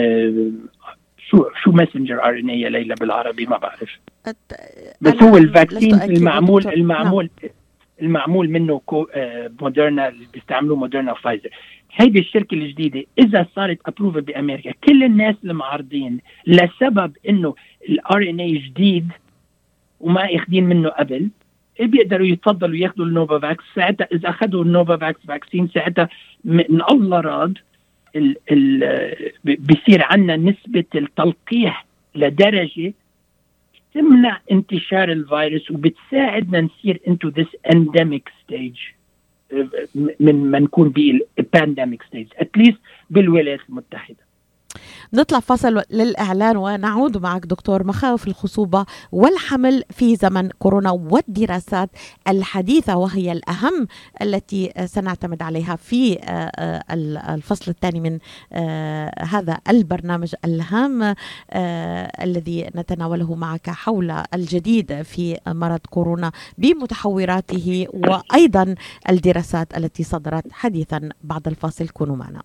شو شو ماسنجر ار ان اي يا ليلى بالعربي ما بعرف. بس هو الفاكسين المعمول دكتور. المعمول نعم. المعمول منه كو آه موديرنا اللي بيستعملوه موديرنا وفايزر. هيدي الشركه الجديده اذا صارت ابروفل بامريكا، كل الناس المعارضين لسبب انه الار ان اي جديد وما اخذين منه قبل بيقدروا يتفضلوا ياخذوا النوفافاكس. ساعتها اذا اخذوا النوفافاكس فاكسين ساعتها من الله راد ال ال بيصير عندنا نسبة التلقيح لدرجة تمنع انتشار الفيروس، وبتساعدنا نصير into this endemic stage من ما نكون بالبانديميك stage at least بالولايات المتحدة. نطلع فصل للإعلان ونعود معك دكتور. مخاوف الخصوبة والحمل في زمن كورونا والدراسات الحديثة، وهي الأهم التي سنعتمد عليها في الفصل الثاني من هذا البرنامج الهام الذي نتناوله معك حول الجديد في مرض كورونا بمتحوراته وأيضا الدراسات التي صدرت حديثا. بعد الفاصل كونوا معنا.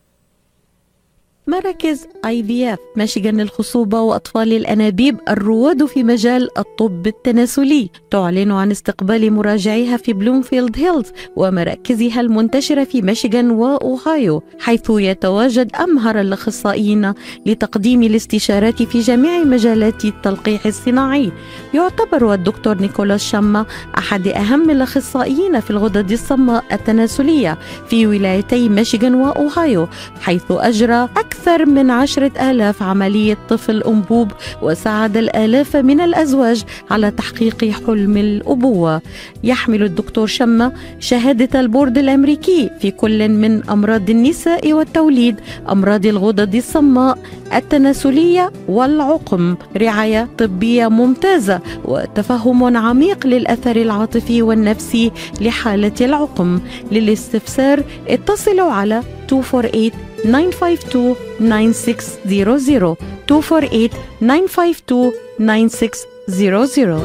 مراكز آي في إف ميشيغان للخصوبة وأطفال الأنابيب الرواد في مجال الطب التناسلي تعلن عن استقبال مراجعيها في بلومفيلد هيلز ومراكزها المنتشرة في ميشيغان وأوهايو، حيث يتواجد أمهر الأخصائيين لتقديم الاستشارات في جميع مجالات التلقيح الصناعي. يعتبر الدكتور نيكولاس شاما أحد أهم الأخصائيين في الغدد الصماء التناسلية في ولايتي ميشيغان وأوهايو، حيث أجرى أكثر أكثر من عشرة آلاف عملية طفل أنبوب، وساعد الآلاف من الأزواج على تحقيق حلم الأبوة. يحمل الدكتور شاما شهادة البورد الأمريكي في كل من أمراض النساء والتوليد، أمراض الغدد الصماء التناسلية والعقم، رعاية طبية ممتازة وتفهم عميق للأثر العاطفي والنفسي لحالة العقم. للاستفسار اتصلوا على two four eight nine five two nine six zero zero two four eight nine five two nine six zero zero.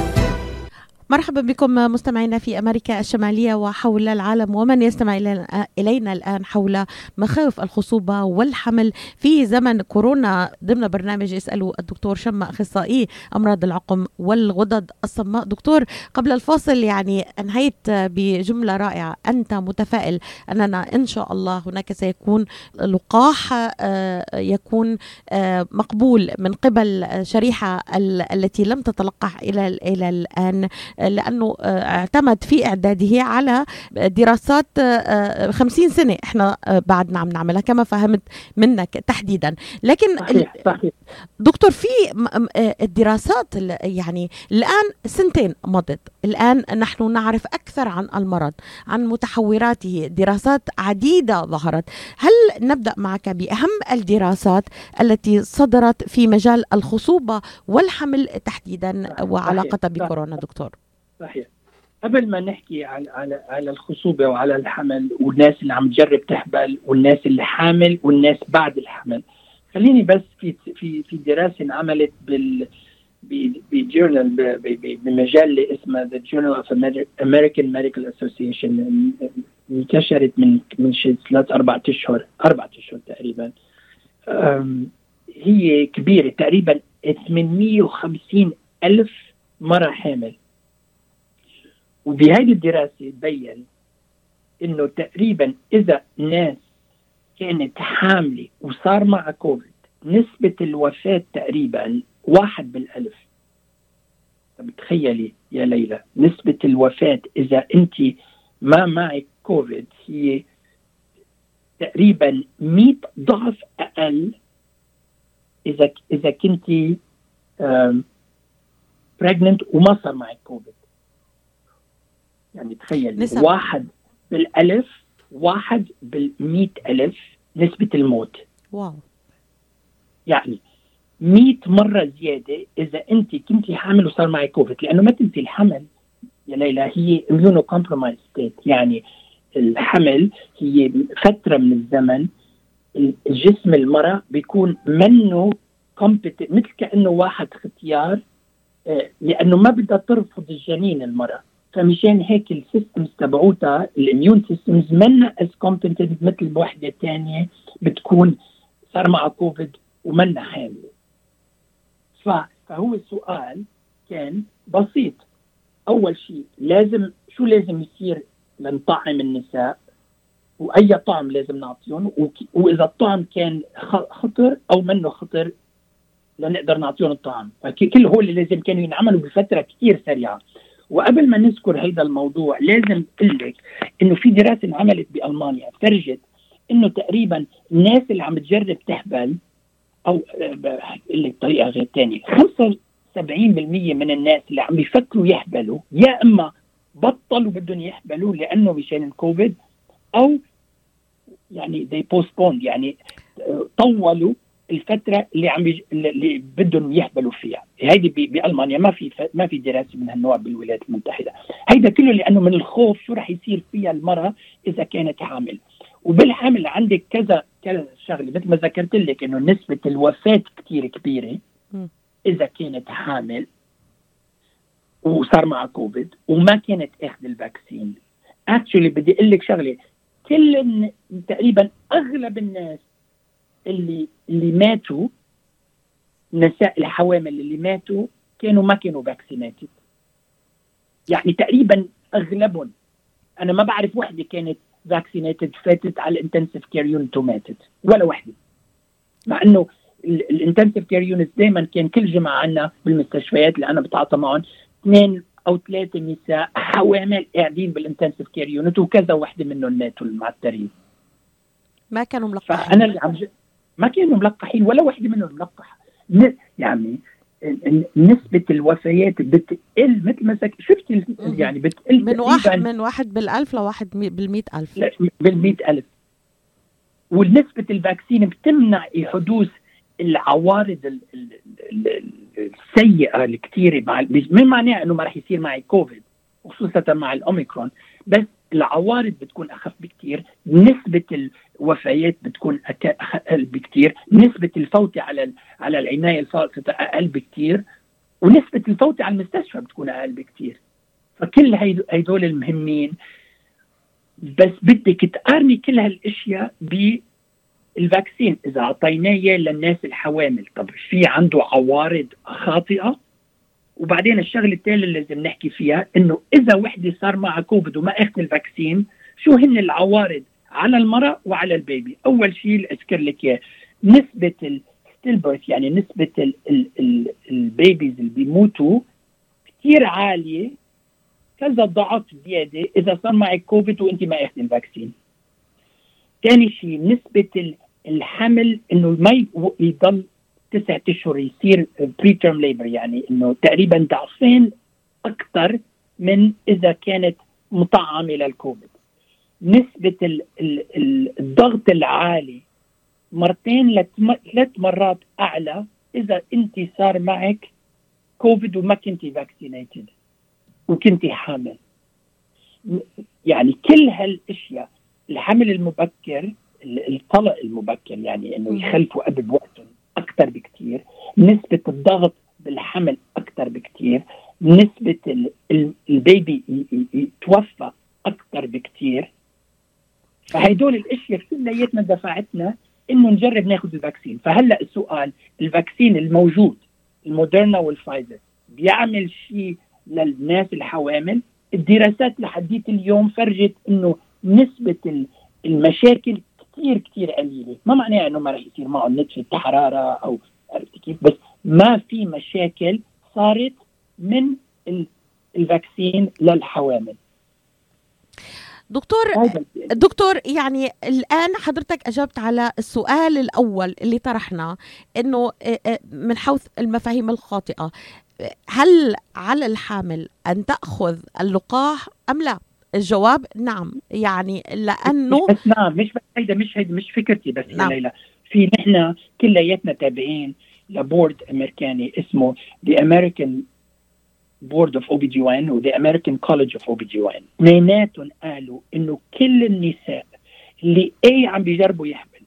مرحبا بكم مستمعينا في أمريكا الشمالية وحول العالم، ومن يستمع إلينا الآن حول مخاوف الخصوبة والحمل في زمن كورونا ضمن برنامج اسألوا الدكتور شاما، أخصائي أمراض العقم والغدد الصماء. دكتور، قبل الفاصل يعني انهيت بجملة رائعة، أنت متفائل أننا إن شاء الله هناك سيكون لقاح يكون مقبول من قبل شريحة التي لم تتلقح إلى إلى الآن، لأنه اعتمد في إعداده على دراسات خمسين سنة إحنا بعدنا عم نعملها كما فهمت منك تحديدا. لكن صحيح صحيح. دكتور، في الدراسات يعني الآن سنتين مضت، الآن نحن نعرف أكثر عن المرض، عن متحوراته، دراسات عديدة ظهرت. هل نبدأ معك بأهم الدراسات التي صدرت في مجال الخصوبة والحمل تحديدا وعلاقتها بكورونا دكتور؟ صحيح. قبل ما نحكي على على على الخصوبة وعلى الحمل والناس اللي عم تجرب تحمل والناس اللي حامل والناس بعد الحمل، خليني بس في في في دراسة انعملت بال بجورنال بمجلة اسمها The Journal of American Medical Association، انتشرت من من شي ثلاث أربعة أشهر أربعة أشهر تقريبا. هي كبيرة، تقريبا ثمانمية وخمسين ألف مرة حامل. وبهذه الدراسة تبين إنه تقريبا إذا ناس كانت حاملة وصار معها كوفيد نسبة الوفاة تقريبا واحد بالألف. طب تخيلي يا ليلى، نسبة الوفاة إذا أنت ما معك كوفيد هي تقريبا مئة ضعف أقل إذا إذا كنتي pregnant وما صار معك كوفيد. يعني تخيل نسب. واحد بالألف، واحد بالمئة ألف نسبة الموت. واو. يعني مئة مرة زيادة إذا أنت كنتي حامل وصار معك كوفيد، لأنه ما تنسي الحمل يا ليلى هي immunocompromised state. يعني الحمل هي فترة من الزمن الجسم المرأة بيكون منه competent، مثل كأنه واحد ختيار، لأنه ما بدها ترفض الجنين المرأة، فمشان هيك السيستمز تبعوتها الاميون سيستمز منا as competent مثل بوحدة تانية بتكون صار معها كوفيد ومنا حامل. فهو السؤال كان بسيط. أول شيء لازم شو لازم يصير لنطعم النساء، وأي طعم لازم نعطيهم، وإذا الطعم كان خطر أو منه خطر لنقدر نعطيهم الطعم. فكل هو اللي لازم كانوا ينعملوا بفترة كتير سريعة. وقبل ما نذكر هذا الموضوع لازم أقول لك إنه في دراسة انعملت بألمانيا فرجت إنه تقريبا الناس اللي عم تجرب تحبل أو بقول لك طريقة غير تانية، خمسة وسبعين بالمية من الناس اللي عم يفكروا يحبلوا يا إما بطلوا بدهم يحبلوا لأنه مشان الكوفيد، أو يعني they postponed، يعني طولوا الفترة اللي عم يج... اللي بدهم يحبلوا فيها. هيدي ب... بألمانيا ما في ف... ما في دراسة من هالنوع بالولايات المتحدة. هيدا كله لأنه من الخوف شو رح يصير فيها المرأة إذا كانت حامل. وبالحمل عندك كذا كذا شغله، مثل ما ذكرت لك انه نسبه الوفاه كتير كبيره اذا كانت حامل وصار معها كوفيد وما كانت اخذ الفاكسين. اكشلي بدي اقول لك شغله، كل الن... تقريبا اغلب الناس اللي اللي ماتوا، نساء الحوامل اللي ماتوا كانوا ما كانوا فاكسينيتد. يعني تقريبا اغلبهم، انا ما بعرف وحده كانت فاكسينيتد فاتت على الانتنسيف كير يونت وماتت، ولا وحده. مع انه الانتنسيف كير يونت دائما كان كل جمعه عندنا بالمستشفيات اللي انا بتعاطى معهم اثنين او ثلاثه نساء حوامل قاعدين بالانتنسيف كير يونت، وكذا وحده منهم ماتوا المعترين. ما كانوا ملقحين. فانا اللي عم ج... ما كانوا ملقحين ولا وحده منهم ملقحه. يعني نسبة الوفيات بتقل مثل ما شفت، يعني بتقل من واحد من واحد بالألف لواحد بالمئة ألف. بالمئة ألف. والنسبة الفاكسين بتمنع حدوث العوارض السيئة الكثيرة، مع ما معناه إنه ما رح يصير معي كوفيد وخصوصا مع الأوميكرون، بس العوارض بتكون أخف بكتير، نسبة الوفيات بتكون أقل بكتير، نسبة الفوت على على العناية الفائقة أقل بكتير، ونسبة الفوت على المستشفى بتكون أقل بكتير. فكل هيدول المهمين، بس بدك تقارني كل هالاشياء بالفاكسين. إذا عطيناه للناس الحوامل، طب في عنده عوارض خاطئة؟ وبعدين الشغله الثانيه اللي لازم نحكي فيها انه اذا وحده صار معها كوفيد وما اخذ الفاكسين، شو هن العوارض على المراه وعلى البيبي؟ اول شيء اذكر لك اياه، نسبه الستيل بيرث، يعني نسبه ال ال ال البيبيز اللي بيموتوا كثير عاليه، كذا ضعف زياده اذا صار معك كوفيد وانت ما اخذ الفاكسين. ثاني شيء نسبه الحمل انه ما يضل تسعة أشهر يصير بري-term labor، يعني إنه تقريبا ضعفين أكثر من إذا كانت مطعمة للكوفيد. نسبة ال ال الضغط العالي مرتين لثلاث مرات أعلى إذا أنت صار معك كوفيد وما كنتي فاكسينيتد وكنتي حامل. يعني كل هالاشياء، الحمل المبكر، الطلق المبكر يعني انه يخلفوا قبل بوقتهم اكثر بكتير، نسبة الضغط بالحمل اكثر بكتير، نسبة البيبي يتوفى اكثر بكتير. فهيدول الاشياء كلياتنا دفعتنا انه نجرب ناخذ الفاكسين. فهلا السؤال، الفاكسين الموجود الموديرنا والفايزر بيعمل شيء للناس الحوامل؟ الدراسات لحديت اليوم فرجت انه نسبة المشاكل كتير كتير قليلة. ما معناه انه ما رح يصير معهم نتفة حرارة او عرفت كيف، بس ما في مشاكل صارت من الفاكسين للحوامل. دكتور دكتور يعني الآن حضرتك أجبت على السؤال الأول اللي طرحناه، إنه من حوث المفاهيم الخاطئة، هل على الحامل أن تأخذ اللقاح أم لا؟ الجواب نعم، يعني لأنه بس نعم، مش بس هيدا مش هيدا مش فكرتي بس نعم. يا ليلى، في نحن كلياتنا تابعين لبورد أمريكاني اسمه The American Board of أو بي جي واين و The American College of أو بي جي واين. اثنيناتهم قالوا إنه كل النساء اللي أي عم بيجربوا يحمل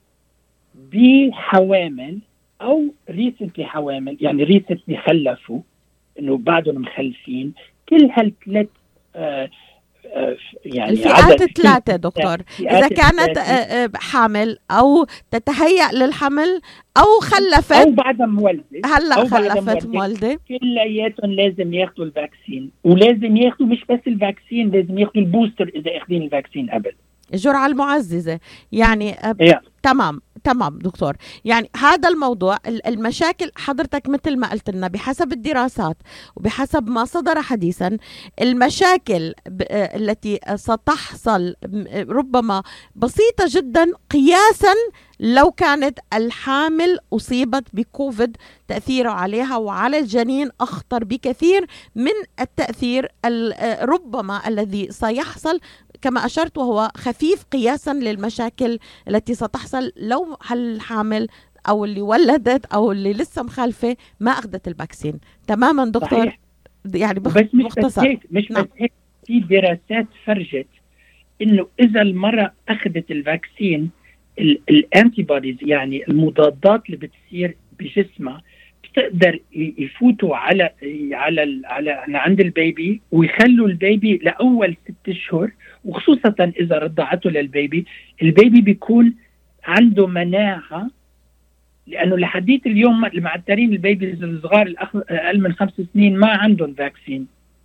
بحوامل أو ريسنتلي حوامل، يعني ريسنتلي خلفوا إنه بعدهم مخلفين، كل هالثلاث آه يعني الفئات الثلاثة دكتور، إذا كانت حامل أو تتهيأ للحمل أو خلفت أو بعدها مولدة هلأ خلفت مولدة، كلياتهم لازم ياخدوا الفاكسين. ولازم ياخدوا مش بس الفاكسين، لازم ياخدوا البوستر إذا أخذين الفاكسين قبل، الجرعة المعززة يعني. yeah. تمام تمام دكتور، يعني هذا الموضوع المشاكل حضرتك مثل ما قلت لنا بحسب الدراسات وبحسب ما صدر حديثا، المشاكل التي ستحصل ربما بسيطة جدا قياسا لو كانت الحامل أصيبت بكوفيد، تأثيره عليها وعلى الجنين أخطر بكثير من التأثير ربما الذي سيحصل كما أشرت، وهو خفيف قياسا للمشاكل التي ستحصل لو الحامل أو اللي ولدت أو اللي لسه مخالفة ما أخذت الفاكسين. تماما دكتور صحيح. يعني بس مش مختصر. بس هيك مش نعم. بس هيك، في دراسات فرجت إنه إذا المرأة أخذت الفاكسين الانتي بوديز، يعني المضادات اللي بتصير بجسمها، بتقدر يفوتوا على على على عند البيبي ويخلوا البيبي لأول ست اشهر، وخصوصا إذا رضعته للبيبي، البيبي بيكون عنده مناعة. لأنه لحديت اليوم المعترين البيبي الصغار أقل من خمس سنين ما عندهم فاكسين،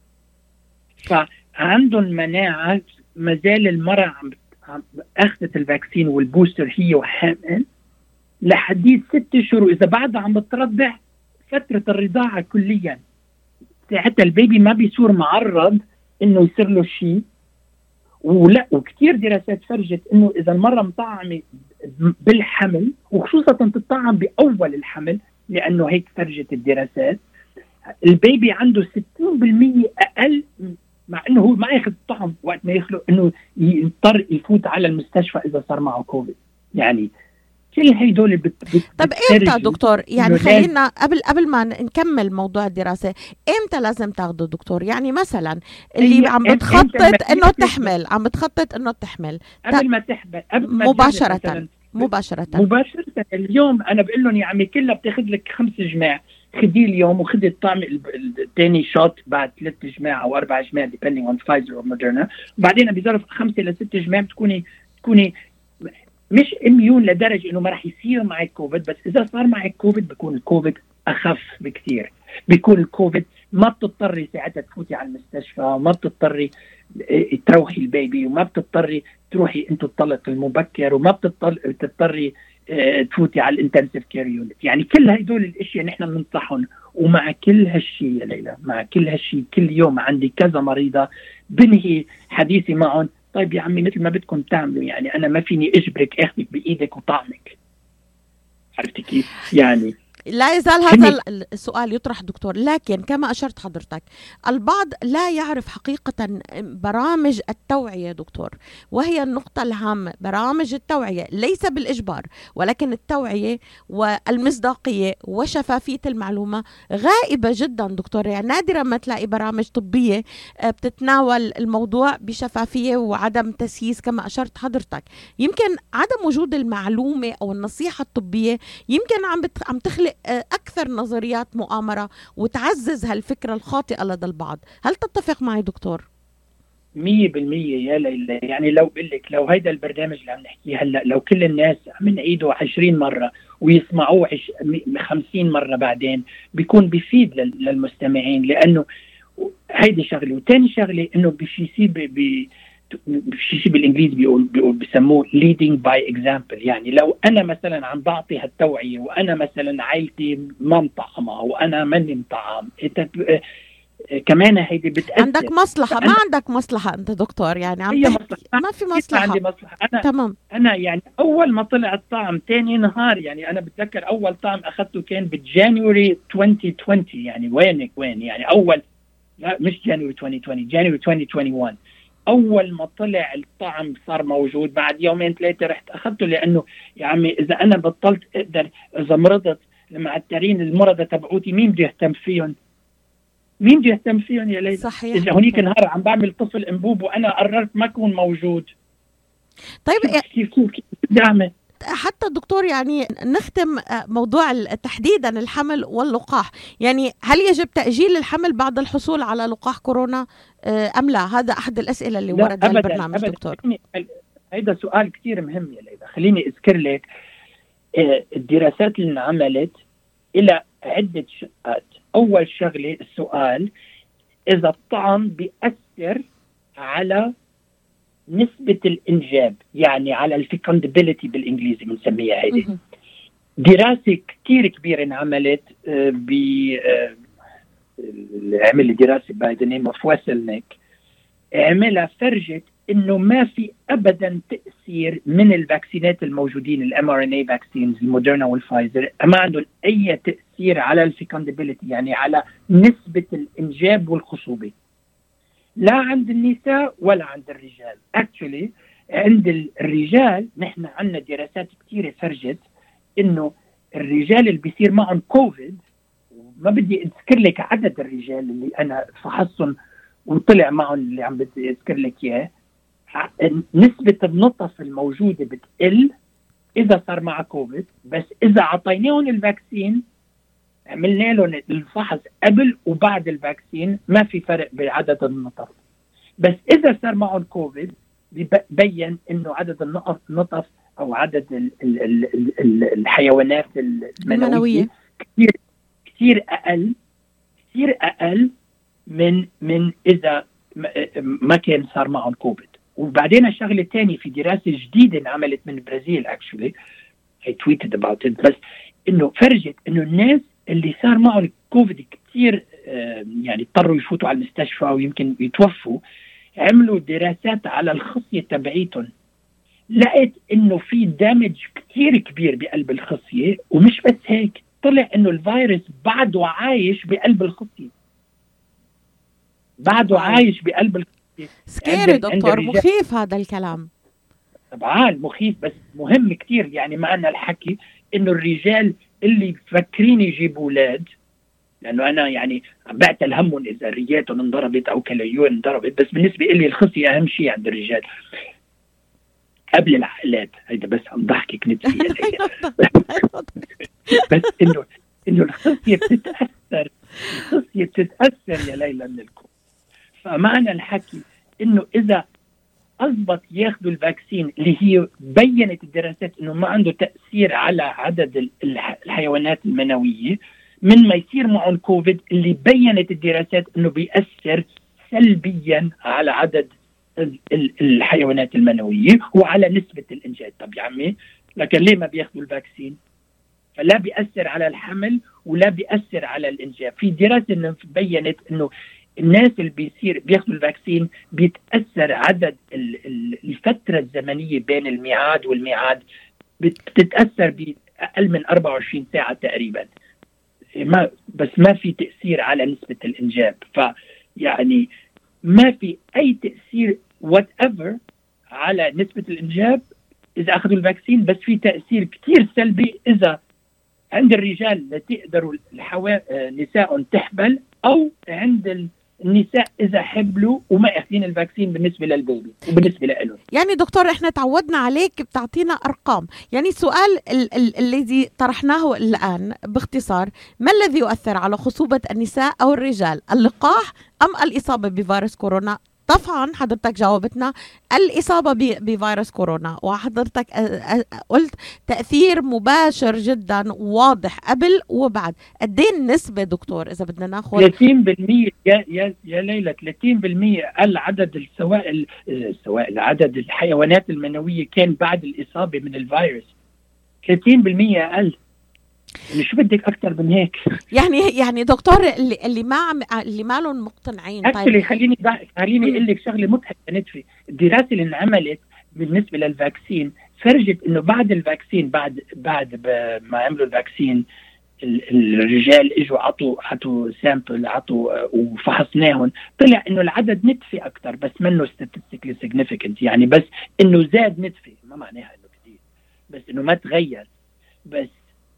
فعندهم مناعة. مازال المرأة عم أخذت الفاكسين والبوستر هي وحامل لحديت ست اشهر، وإذا بعدها عم بترضع فترة الرضاعة كليا، حتى البيبي ما بيصير معرض إنه يصير له شيء. ولا وكتير دراسات فرجت إنه إذا المرة مطعمة بالحمل، وخصوصا تطعم بأول الحمل، لأنه هيك فرجت الدراسات، البيبي عنده ستين بالمية أقل، مع إنه هو ما ياخذ الطعم وقت ما يخلق، إنه يضطر يفوت على المستشفى إذا صار معه كوفيد. يعني كل هيدول بت بت طب إمتى دكتور؟ يعني خلينا قبل قبل ما نكمل موضوع الدراسة، إمتى لازم تاخده دكتور؟ يعني مثلا اللي عم بتخطط إنه تحمل عم بتخطط إنه تحمل قبل ما تحمل قبل ما مباشرة مباشرة مباشرة اليوم أنا بقول لهم يا عمي كلها بتاخذ لك خمس جماع، خديه اليوم وخدي الطعم الثاني شوت بعد ثلاث جماع أو أربع جماع depending on Pfizer أو Moderna، وبعدين بظرف خمسة إلى ست جماع بتكوني تكوني مش اميون لدرجة إنه ما راح يصير معك كوفيد، بس إذا صار معك كوفيد بيكون الكوفيد أخف بكثير، بيكون الكوفيد ما بتضطري ساعتها تفوتي على المستشفى، وما بتضطري تروحي البيبي، وما بتضطري تروحي انتو الطلق المبكر، وما بتضطري تفوتي على الانتنسيف كير يونت. يعني كل هدول الاشياء نحن بننصحهم. ومع كل هالشيء يا ليلى، مع كل هالشيء كل يوم عندي كذا مريضة بنهي حديثي معهم، طيب يا عمي مثل ما بدكم تعملوا، يعني انا ما فيني اجبرك اخذك بايدك وطعمك، عرفتي كيف؟ يعني لا يزال هذا السؤال يطرح دكتور، لكن كما أشرت حضرتك البعض لا يعرف حقيقة برامج التوعية دكتور، وهي النقطة الهامة. برامج التوعية ليس بالإجبار، ولكن التوعية والمصداقية وشفافية المعلومة غائبة جدا دكتور. يعني نادرا ما تلاقي برامج طبية بتتناول الموضوع بشفافية وعدم تسييس كما أشرت حضرتك. يمكن عدم وجود المعلومة أو النصيحة الطبية يمكن عم عم تخلق أكثر نظريات مؤامرة وتعزز هالفكرة الخاطئة لدى البعض. هل تتفق معي دكتور؟ مية بالمية يا ليلى. يعني لو قلك لو هيدا البرنامج اللي عم نحكيه هلأ لو كل الناس عم نعيده عشرين مرة ويسمعوه عش... خمسين مرة بعدين بيكون بيفيد للمستمعين، لأنه هيدي شغلة. وتاني شغلة إنه بشي ب... بشي بالإنجليزي بيقول بيقول بسموه leading by example. يعني لو أنا مثلا عم بعطي هالتوعية وأنا مثلا عائلتي ما مطعمة وأنا ماني مطعم، كمان هيدي بتأثر. عندك مصلحة ما عندك مصلحة أنت دكتور؟ يعني عم ما في مصلحة. عندي مصلحة أنا. تمام. أنا يعني أول ما طلع الطعم تاني نهار، يعني أنا بتذكر أول طعم أخذته كان بجانوري ألفين وعشرين. يعني وينك وين يعني أول لا مش جانوري ألفين وعشرين جانوري ألفين وواحد وعشرين أول ما طلع الطعم صار موجود. بعد يومين ثلاثة رحت أخذته، لأنه يا عمي إذا أنا بطلت أقدر إذا مرضت المعترين المرضى تبعوتي مين بده يهتم فيهم؟ مين بده يهتم فيهم يا ليلى؟ صحيح. إذا هونيك نهار عم بعمل طفل انبوب وأنا قررت ما أكون موجود. طيب كيف كيف كيف بدي أعمل؟ حتى الدكتور يعني نختم موضوع تحديدا الحمل واللقاح. يعني هل يجب تأجيل الحمل بعد الحصول على لقاح كورونا أم لا؟ هذا أحد الأسئلة اللي وردت في البرنامج أبداً دكتور. هذا سؤال كتير مهم يا ليلى. خليني أذكر لك الدراسات اللي انعملت إلى عدة شقات. أول شغلة السؤال إذا الطعم بيأثر على نسبة الإنجاب، يعني على الفيكوندابيلتي بالإنجليزي بنسميها هيدي. دراسة كتير كبيرة انعملت ب عمل دراسة باي ذا نيم اوف ويسلنيك، عملها فرجت إنه ما في أبدا تأثير من الفاكسينات الموجودين الام ار ان اي فاكسينز الموديرنا والفايزر، ما عندهم أي تأثير على الفيكوندابيلتي، يعني على نسبة الإنجاب والخصوبة، لا عند النساء ولا عند الرجال. actually عند الرجال نحن عندنا دراسات كتيرة فرجت إنه الرجال اللي بيصير معهم كوفيد، ما بدي أذكر لك عدد الرجال اللي أنا فحصهم وطلع معهم اللي عم بدي أذكر لك إياه، نسبة النطف الموجودة بتقل إذا صار مع كوفيد، بس إذا عطيناهم الفاكسين عملنا لهم الفحص قبل وبعد الفاكسين ما في فرق بعدد النطف. بس إذا صار معهم كوفيد بيبين إنه عدد النطف نطف أو عدد ال ال ال ال الحيوانات المنوية كثير كثير أقل كثير أقل من من إذا ما كان صار معهم كوفيد. وبعدين الشغلة الثانية في دراسة جديدة انعملت من البرازيل actually I tweeted about it، بس إنه فرجت إنه الناس اللي صار معهم كوفيد كثير يعني اضطروا يفوتوا على المستشفى ويمكن يتوفوا، عملوا دراسات على الخصية تبعيتهم، لقيت إنه في دامج كثير كبير بقلب الخصية. ومش بس هيك، طلع إنه الفيروس بعده عايش بقلب الخصية، بعده عايش بقلب الخصية. سكيري دكتور، مخيف هذا الكلام. طبعا مخيف، بس مهم كتير. يعني معنا الحكي إنه الرجال اللي فكرين يجيبوا أولاد، لأنه أنا يعني بعتل همهم إذا رياتهم انضربت أو كليون انضربت، بس بالنسبة إلي الخصية أهم شيء عند الرجال قبل العقلات. هيدا بس عم ضحكك نتفيا بس إنه إنه الخصية بتتأثر الخصية بتتأثر يا ليلى من الكون. فمعنى الحكي إنه إذا أضبط ياخذوا الفاكسين اللي هي بيّنت الدراسات إنه ما عنده تأثير على عدد الحيوانات المنوية، من ما يصير معهم كوفيد اللي بيّنت الدراسات إنه بيأثر سلبيا على عدد الحيوانات المنوية وعلى نسبة الإنجاب. طب يا عمي لكن ليه ما بياخذوا الفاكسين؟ فلا بيأثر على الحمل ولا بيأثر على الإنجاب. في دراسة إنه بيّنت إنه الناس اللي بيصير بياخذوا الفاكسين بيتأثر عدد الفترة الزمنية بين الميعاد والميعاد بتتأثر بأقل من أربعة وعشرين ساعة تقريبا. ما بس ما في تأثير على نسبة الإنجاب. فيعني ما في أي تأثير whatever على نسبة الإنجاب إذا أخذوا الفاكسين، بس في تأثير كتير سلبي إذا عند الرجال لا تقدروا الحوا... نساء تحبل، أو عند النساء إذا حبلوا وما أخذين الفاكسين بالنسبة للبيبي وبالنسبة لهم. يعني دكتور إحنا تعودنا عليك بتعطينا أرقام، يعني السؤال ال- ال- الذي طرحناه الآن باختصار، ما الذي يؤثر على خصوبة النساء أو الرجال، اللقاح أم الإصابة بفيروس كورونا؟ طبعا حضرتك جاوبتنا الإصابة بفيروس كورونا، وحضرتك قلت تأثير مباشر جدا واضح قبل وبعد. قد ايه النسبة دكتور إذا بدنا ناخذ؟ ثلاثين بالمئة يا يا يا ليلى، ثلاثين بالمئة قل عدد السوائل السوائل عدد الحيوانات المنوية كان بعد الإصابة من الفيروس. ثلاثين بالمئة قل. شو بدك أكتر من هيك؟ يعني يعني دكتور اللي اللي ما عم اللي ما لهم مقتنعين. طيب خليني خليني اقول لك شغله مضحكه ندفي. الدراسه اللي انعملت بالنسبه للفاكسين فرجت انه بعد الفاكسين بعد بعد ما عملوا الفاكسين الرجال اجوا عطوا عطوا سامبل عطوا وفحصناهم، طلع انه العدد نتفي اكثر، بس منه statistically significant، يعني بس انه زاد نتفي، ما معناها انه كثير، بس انه ما تغير، بس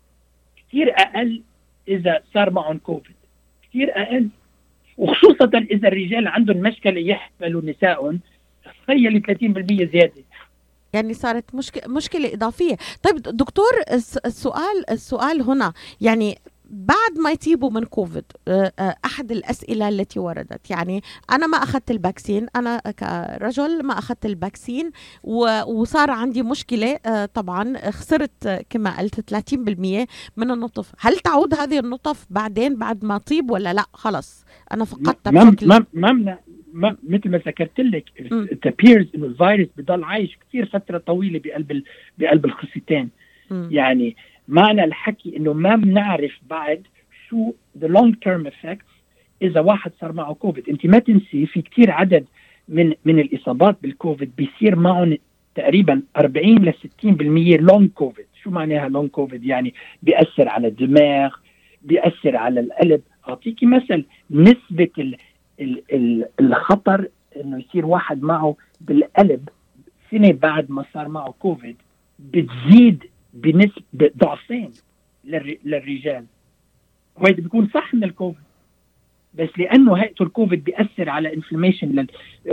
كثير اقل اذا صار معهم كوفيد، كثير اقل، وخصوصا اذا الرجال عندهم مشكله يحملوا نسائهم، تخيلي ثلاثين بالمئة زياده، يعني صارت مشكله مشكله اضافيه. طيب دكتور السؤال السؤال هنا، يعني بعد ما يتيبوا من كوفيد، أحد الأسئلة التي وردت، يعني أنا ما أخذت الفاكسين، أنا كرجل ما أخذت الفاكسين وصار عندي مشكلة، طبعا خسرت كما قلت ثلاثين بالمئة من النطف، هل تعود هذه النطف بعدين بعد ما طيب ولا لا خلص أنا فقدتها بشكل؟ ما ما ما مثل ما ذكرت لك تابيرز إنه الفيروس بضل عايش كثير فترة طويلة بقلب بقلب الخصيتين، م. يعني معنى الحكي انه ما بنعرف بعد شو the long term effects اذا واحد صار معه كوفيد. انت ما تنسي في كتير عدد من من الاصابات بالكوفيد بيصير معهم تقريبا أربعين إلى ستين بالمئة لونج كوفيد. شو معناها لونج كوفيد؟ يعني بيأثر على الدماغ، بيأثر على القلب. اعطيكي مثل، نسبة ال ال ال الخطر انه يصير واحد معه بالقلب سنة بعد ما صار معه كوفيد بتزيد بنسبة ضعفين للرجال، وهذا بيكون صح من الكوفيد، بس لأنه هيئته الكوفيد بيأثر على انفلاميشن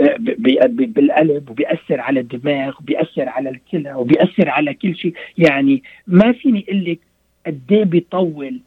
بالقلب، وبيأثر على الدماغ، وبيأثر على الكلى، وبيأثر على كل شيء. يعني ما فيني أقول لك قد ايه بيطول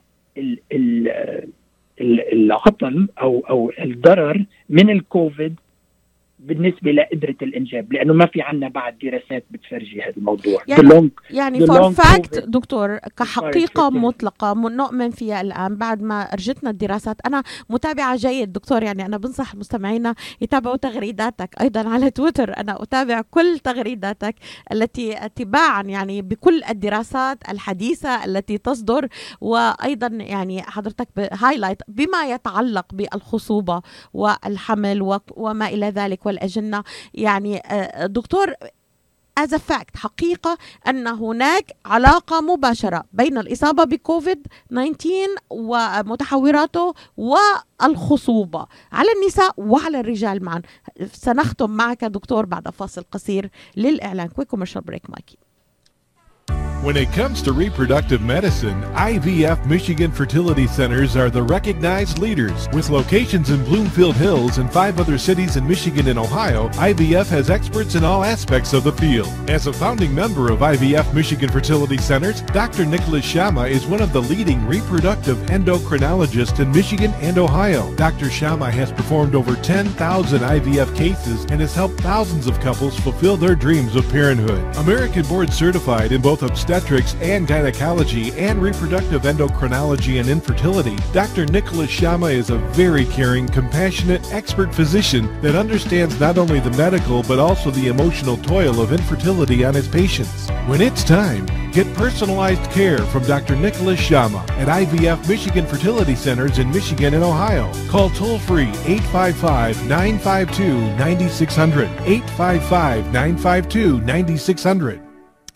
العطل أو أو الضرر من الكوفيد بالنسبة لقدرة الإنجاب، لأنه ما في عنا بعد دراسات بتفرجي هذا الموضوع. يعني, يعني فور فاكت دكتور كحقيقة مطلقة نؤمن فيها الآن بعد ما أرجتنا الدراسات. أنا متابعة جيد دكتور، يعني أنا بنصح مستمعينا يتابعوا تغريداتك أيضا على تويتر، أنا أتابع كل تغريداتك التي تباعا يعني بكل الدراسات الحديثة التي تصدر، وأيضا يعني حضرتك هايلايت بما يتعلق بالخصوبة والحمل وما إلى ذلك والأجنة. يعني دكتور as a fact حقيقة أن هناك علاقة مباشرة بين الإصابة بكوفيد تسعة عشر ومتحوراته والخصوبة على النساء وعلى الرجال معا. سنختم معك دكتور بعد فاصل قصير للإعلان. كويك كوميرشال بريك مايكي. When it comes to reproductive medicine, I V F Michigan Fertility Centers are the recognized leaders. With locations in Bloomfield Hills and five other cities in Michigan and Ohio, I V F has experts in all aspects of the field. As a founding member of I V F Michigan Fertility Centers, Doctor Nicholas Shama is one of the leading reproductive endocrinologists in Michigan and Ohio. Doctor Shama has performed over ten thousand I V F cases and has helped thousands of couples fulfill their dreams of parenthood. American board certified in both obstetrics and gynecology and reproductive endocrinology and infertility, Doctor Nicholas Shama is a very caring, compassionate, expert physician that understands not only the medical but also the emotional toil of infertility on his patients. When it's time, get personalized care from Doctor Nicholas Shama at I V F Michigan Fertility Centers in Michigan and Ohio. Call toll-free eight five five, nine five two, nine six zero zero, eight five five, nine five two, nine six zero zero.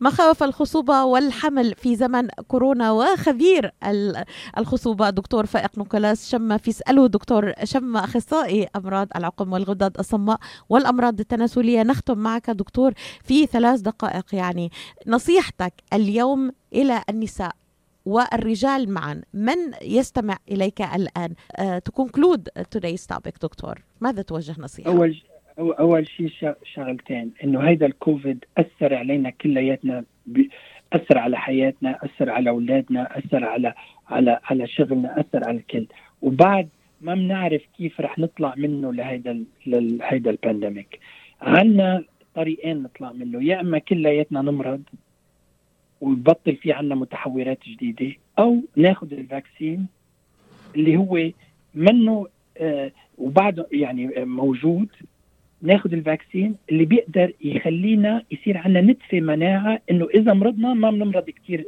مخاوف الخصوبة والحمل في زمن كورونا، وخبير الخصوبة دكتور فائق نيكولاس شمة في اسأله دكتور شمة، أخصائي أمراض العقم والغدد الصماء والأمراض التناسلية. نختم معك دكتور في ثلاث دقائق، يعني نصيحتك اليوم إلى النساء والرجال معا، من يستمع إليك الآن uh, to conclude today's topic دكتور، ماذا توجه نصيحة؟ أول أول شيء شغلتين، إنه هيدا الكوفيد أثر علينا كلياتنا، أثر على حياتنا، أثر على أولادنا، أثر على على على شغلنا، أثر على الكل، وبعد ما بنعرف كيف رح نطلع منه لهيدا لهيدا البانديميك. عنا طريقين نطلع منه، يا إما كلياتنا نمرض ويبطل في عنا متحورات جديدة، أو ناخد الفاكسين اللي هو منه آه وبعده يعني موجود، ناخد الفاكسين اللي بيقدر يخلينا يصير عنا نتفة مناعة إنه إذا مرضنا ما بنمرض كتير.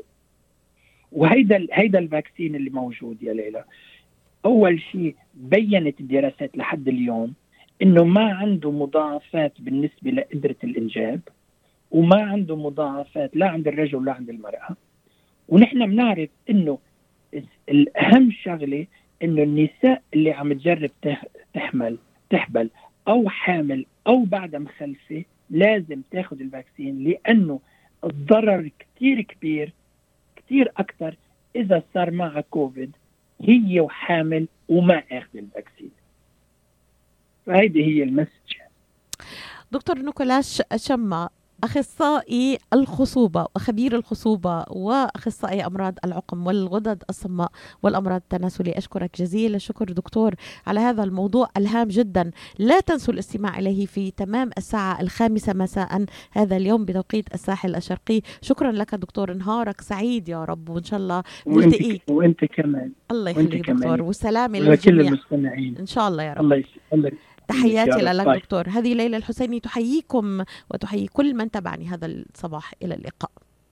وهيدا هيدا الفاكسين اللي موجود يا ليلى، أول شيء بيّنت الدراسات لحد اليوم إنه ما عنده مضاعفات بالنسبة لقدرة الإنجاب، وما عنده مضاعفات لا عند الرجل ولا عند المرأة. ونحن بنعرف إنه الأهم شغلة إنه النساء اللي عم تجرب تحمل تحبل أو حامل أو بعد مخلفة لازم تاخد الفاكسين، لأنه الضرر كتير كبير كتير أكتر إذا صار معها كوفيد هي وحامل وما أخذ الفاكسين. فهيدي هي المسج. دكتور نيكولاس شمة، أخصائي الخصوبة وخبير الخصوبة وأخصائي أمراض العقم والغدد الصماء والأمراض التناسلية، أشكرك جزيل الشكر دكتور على هذا الموضوع الهام جدا. لا تنسوا الاستماع إليه في تمام الساعة الخامسة مساء هذا اليوم بتوقيت الساحل الشرقي. شكرا لك دكتور، نهارك سعيد يا رب، وإن شاء الله نلتقيك. وأنت كمان. الله يخليك دكتور، والسلام لكل المستمعين إن شاء الله يا رب. الله يسلمك. تحياتي لك دكتور. هذه ليلى الحسيني تحييكم وتحيي كل من تبعني هذا الصباح. إلى اللقاء.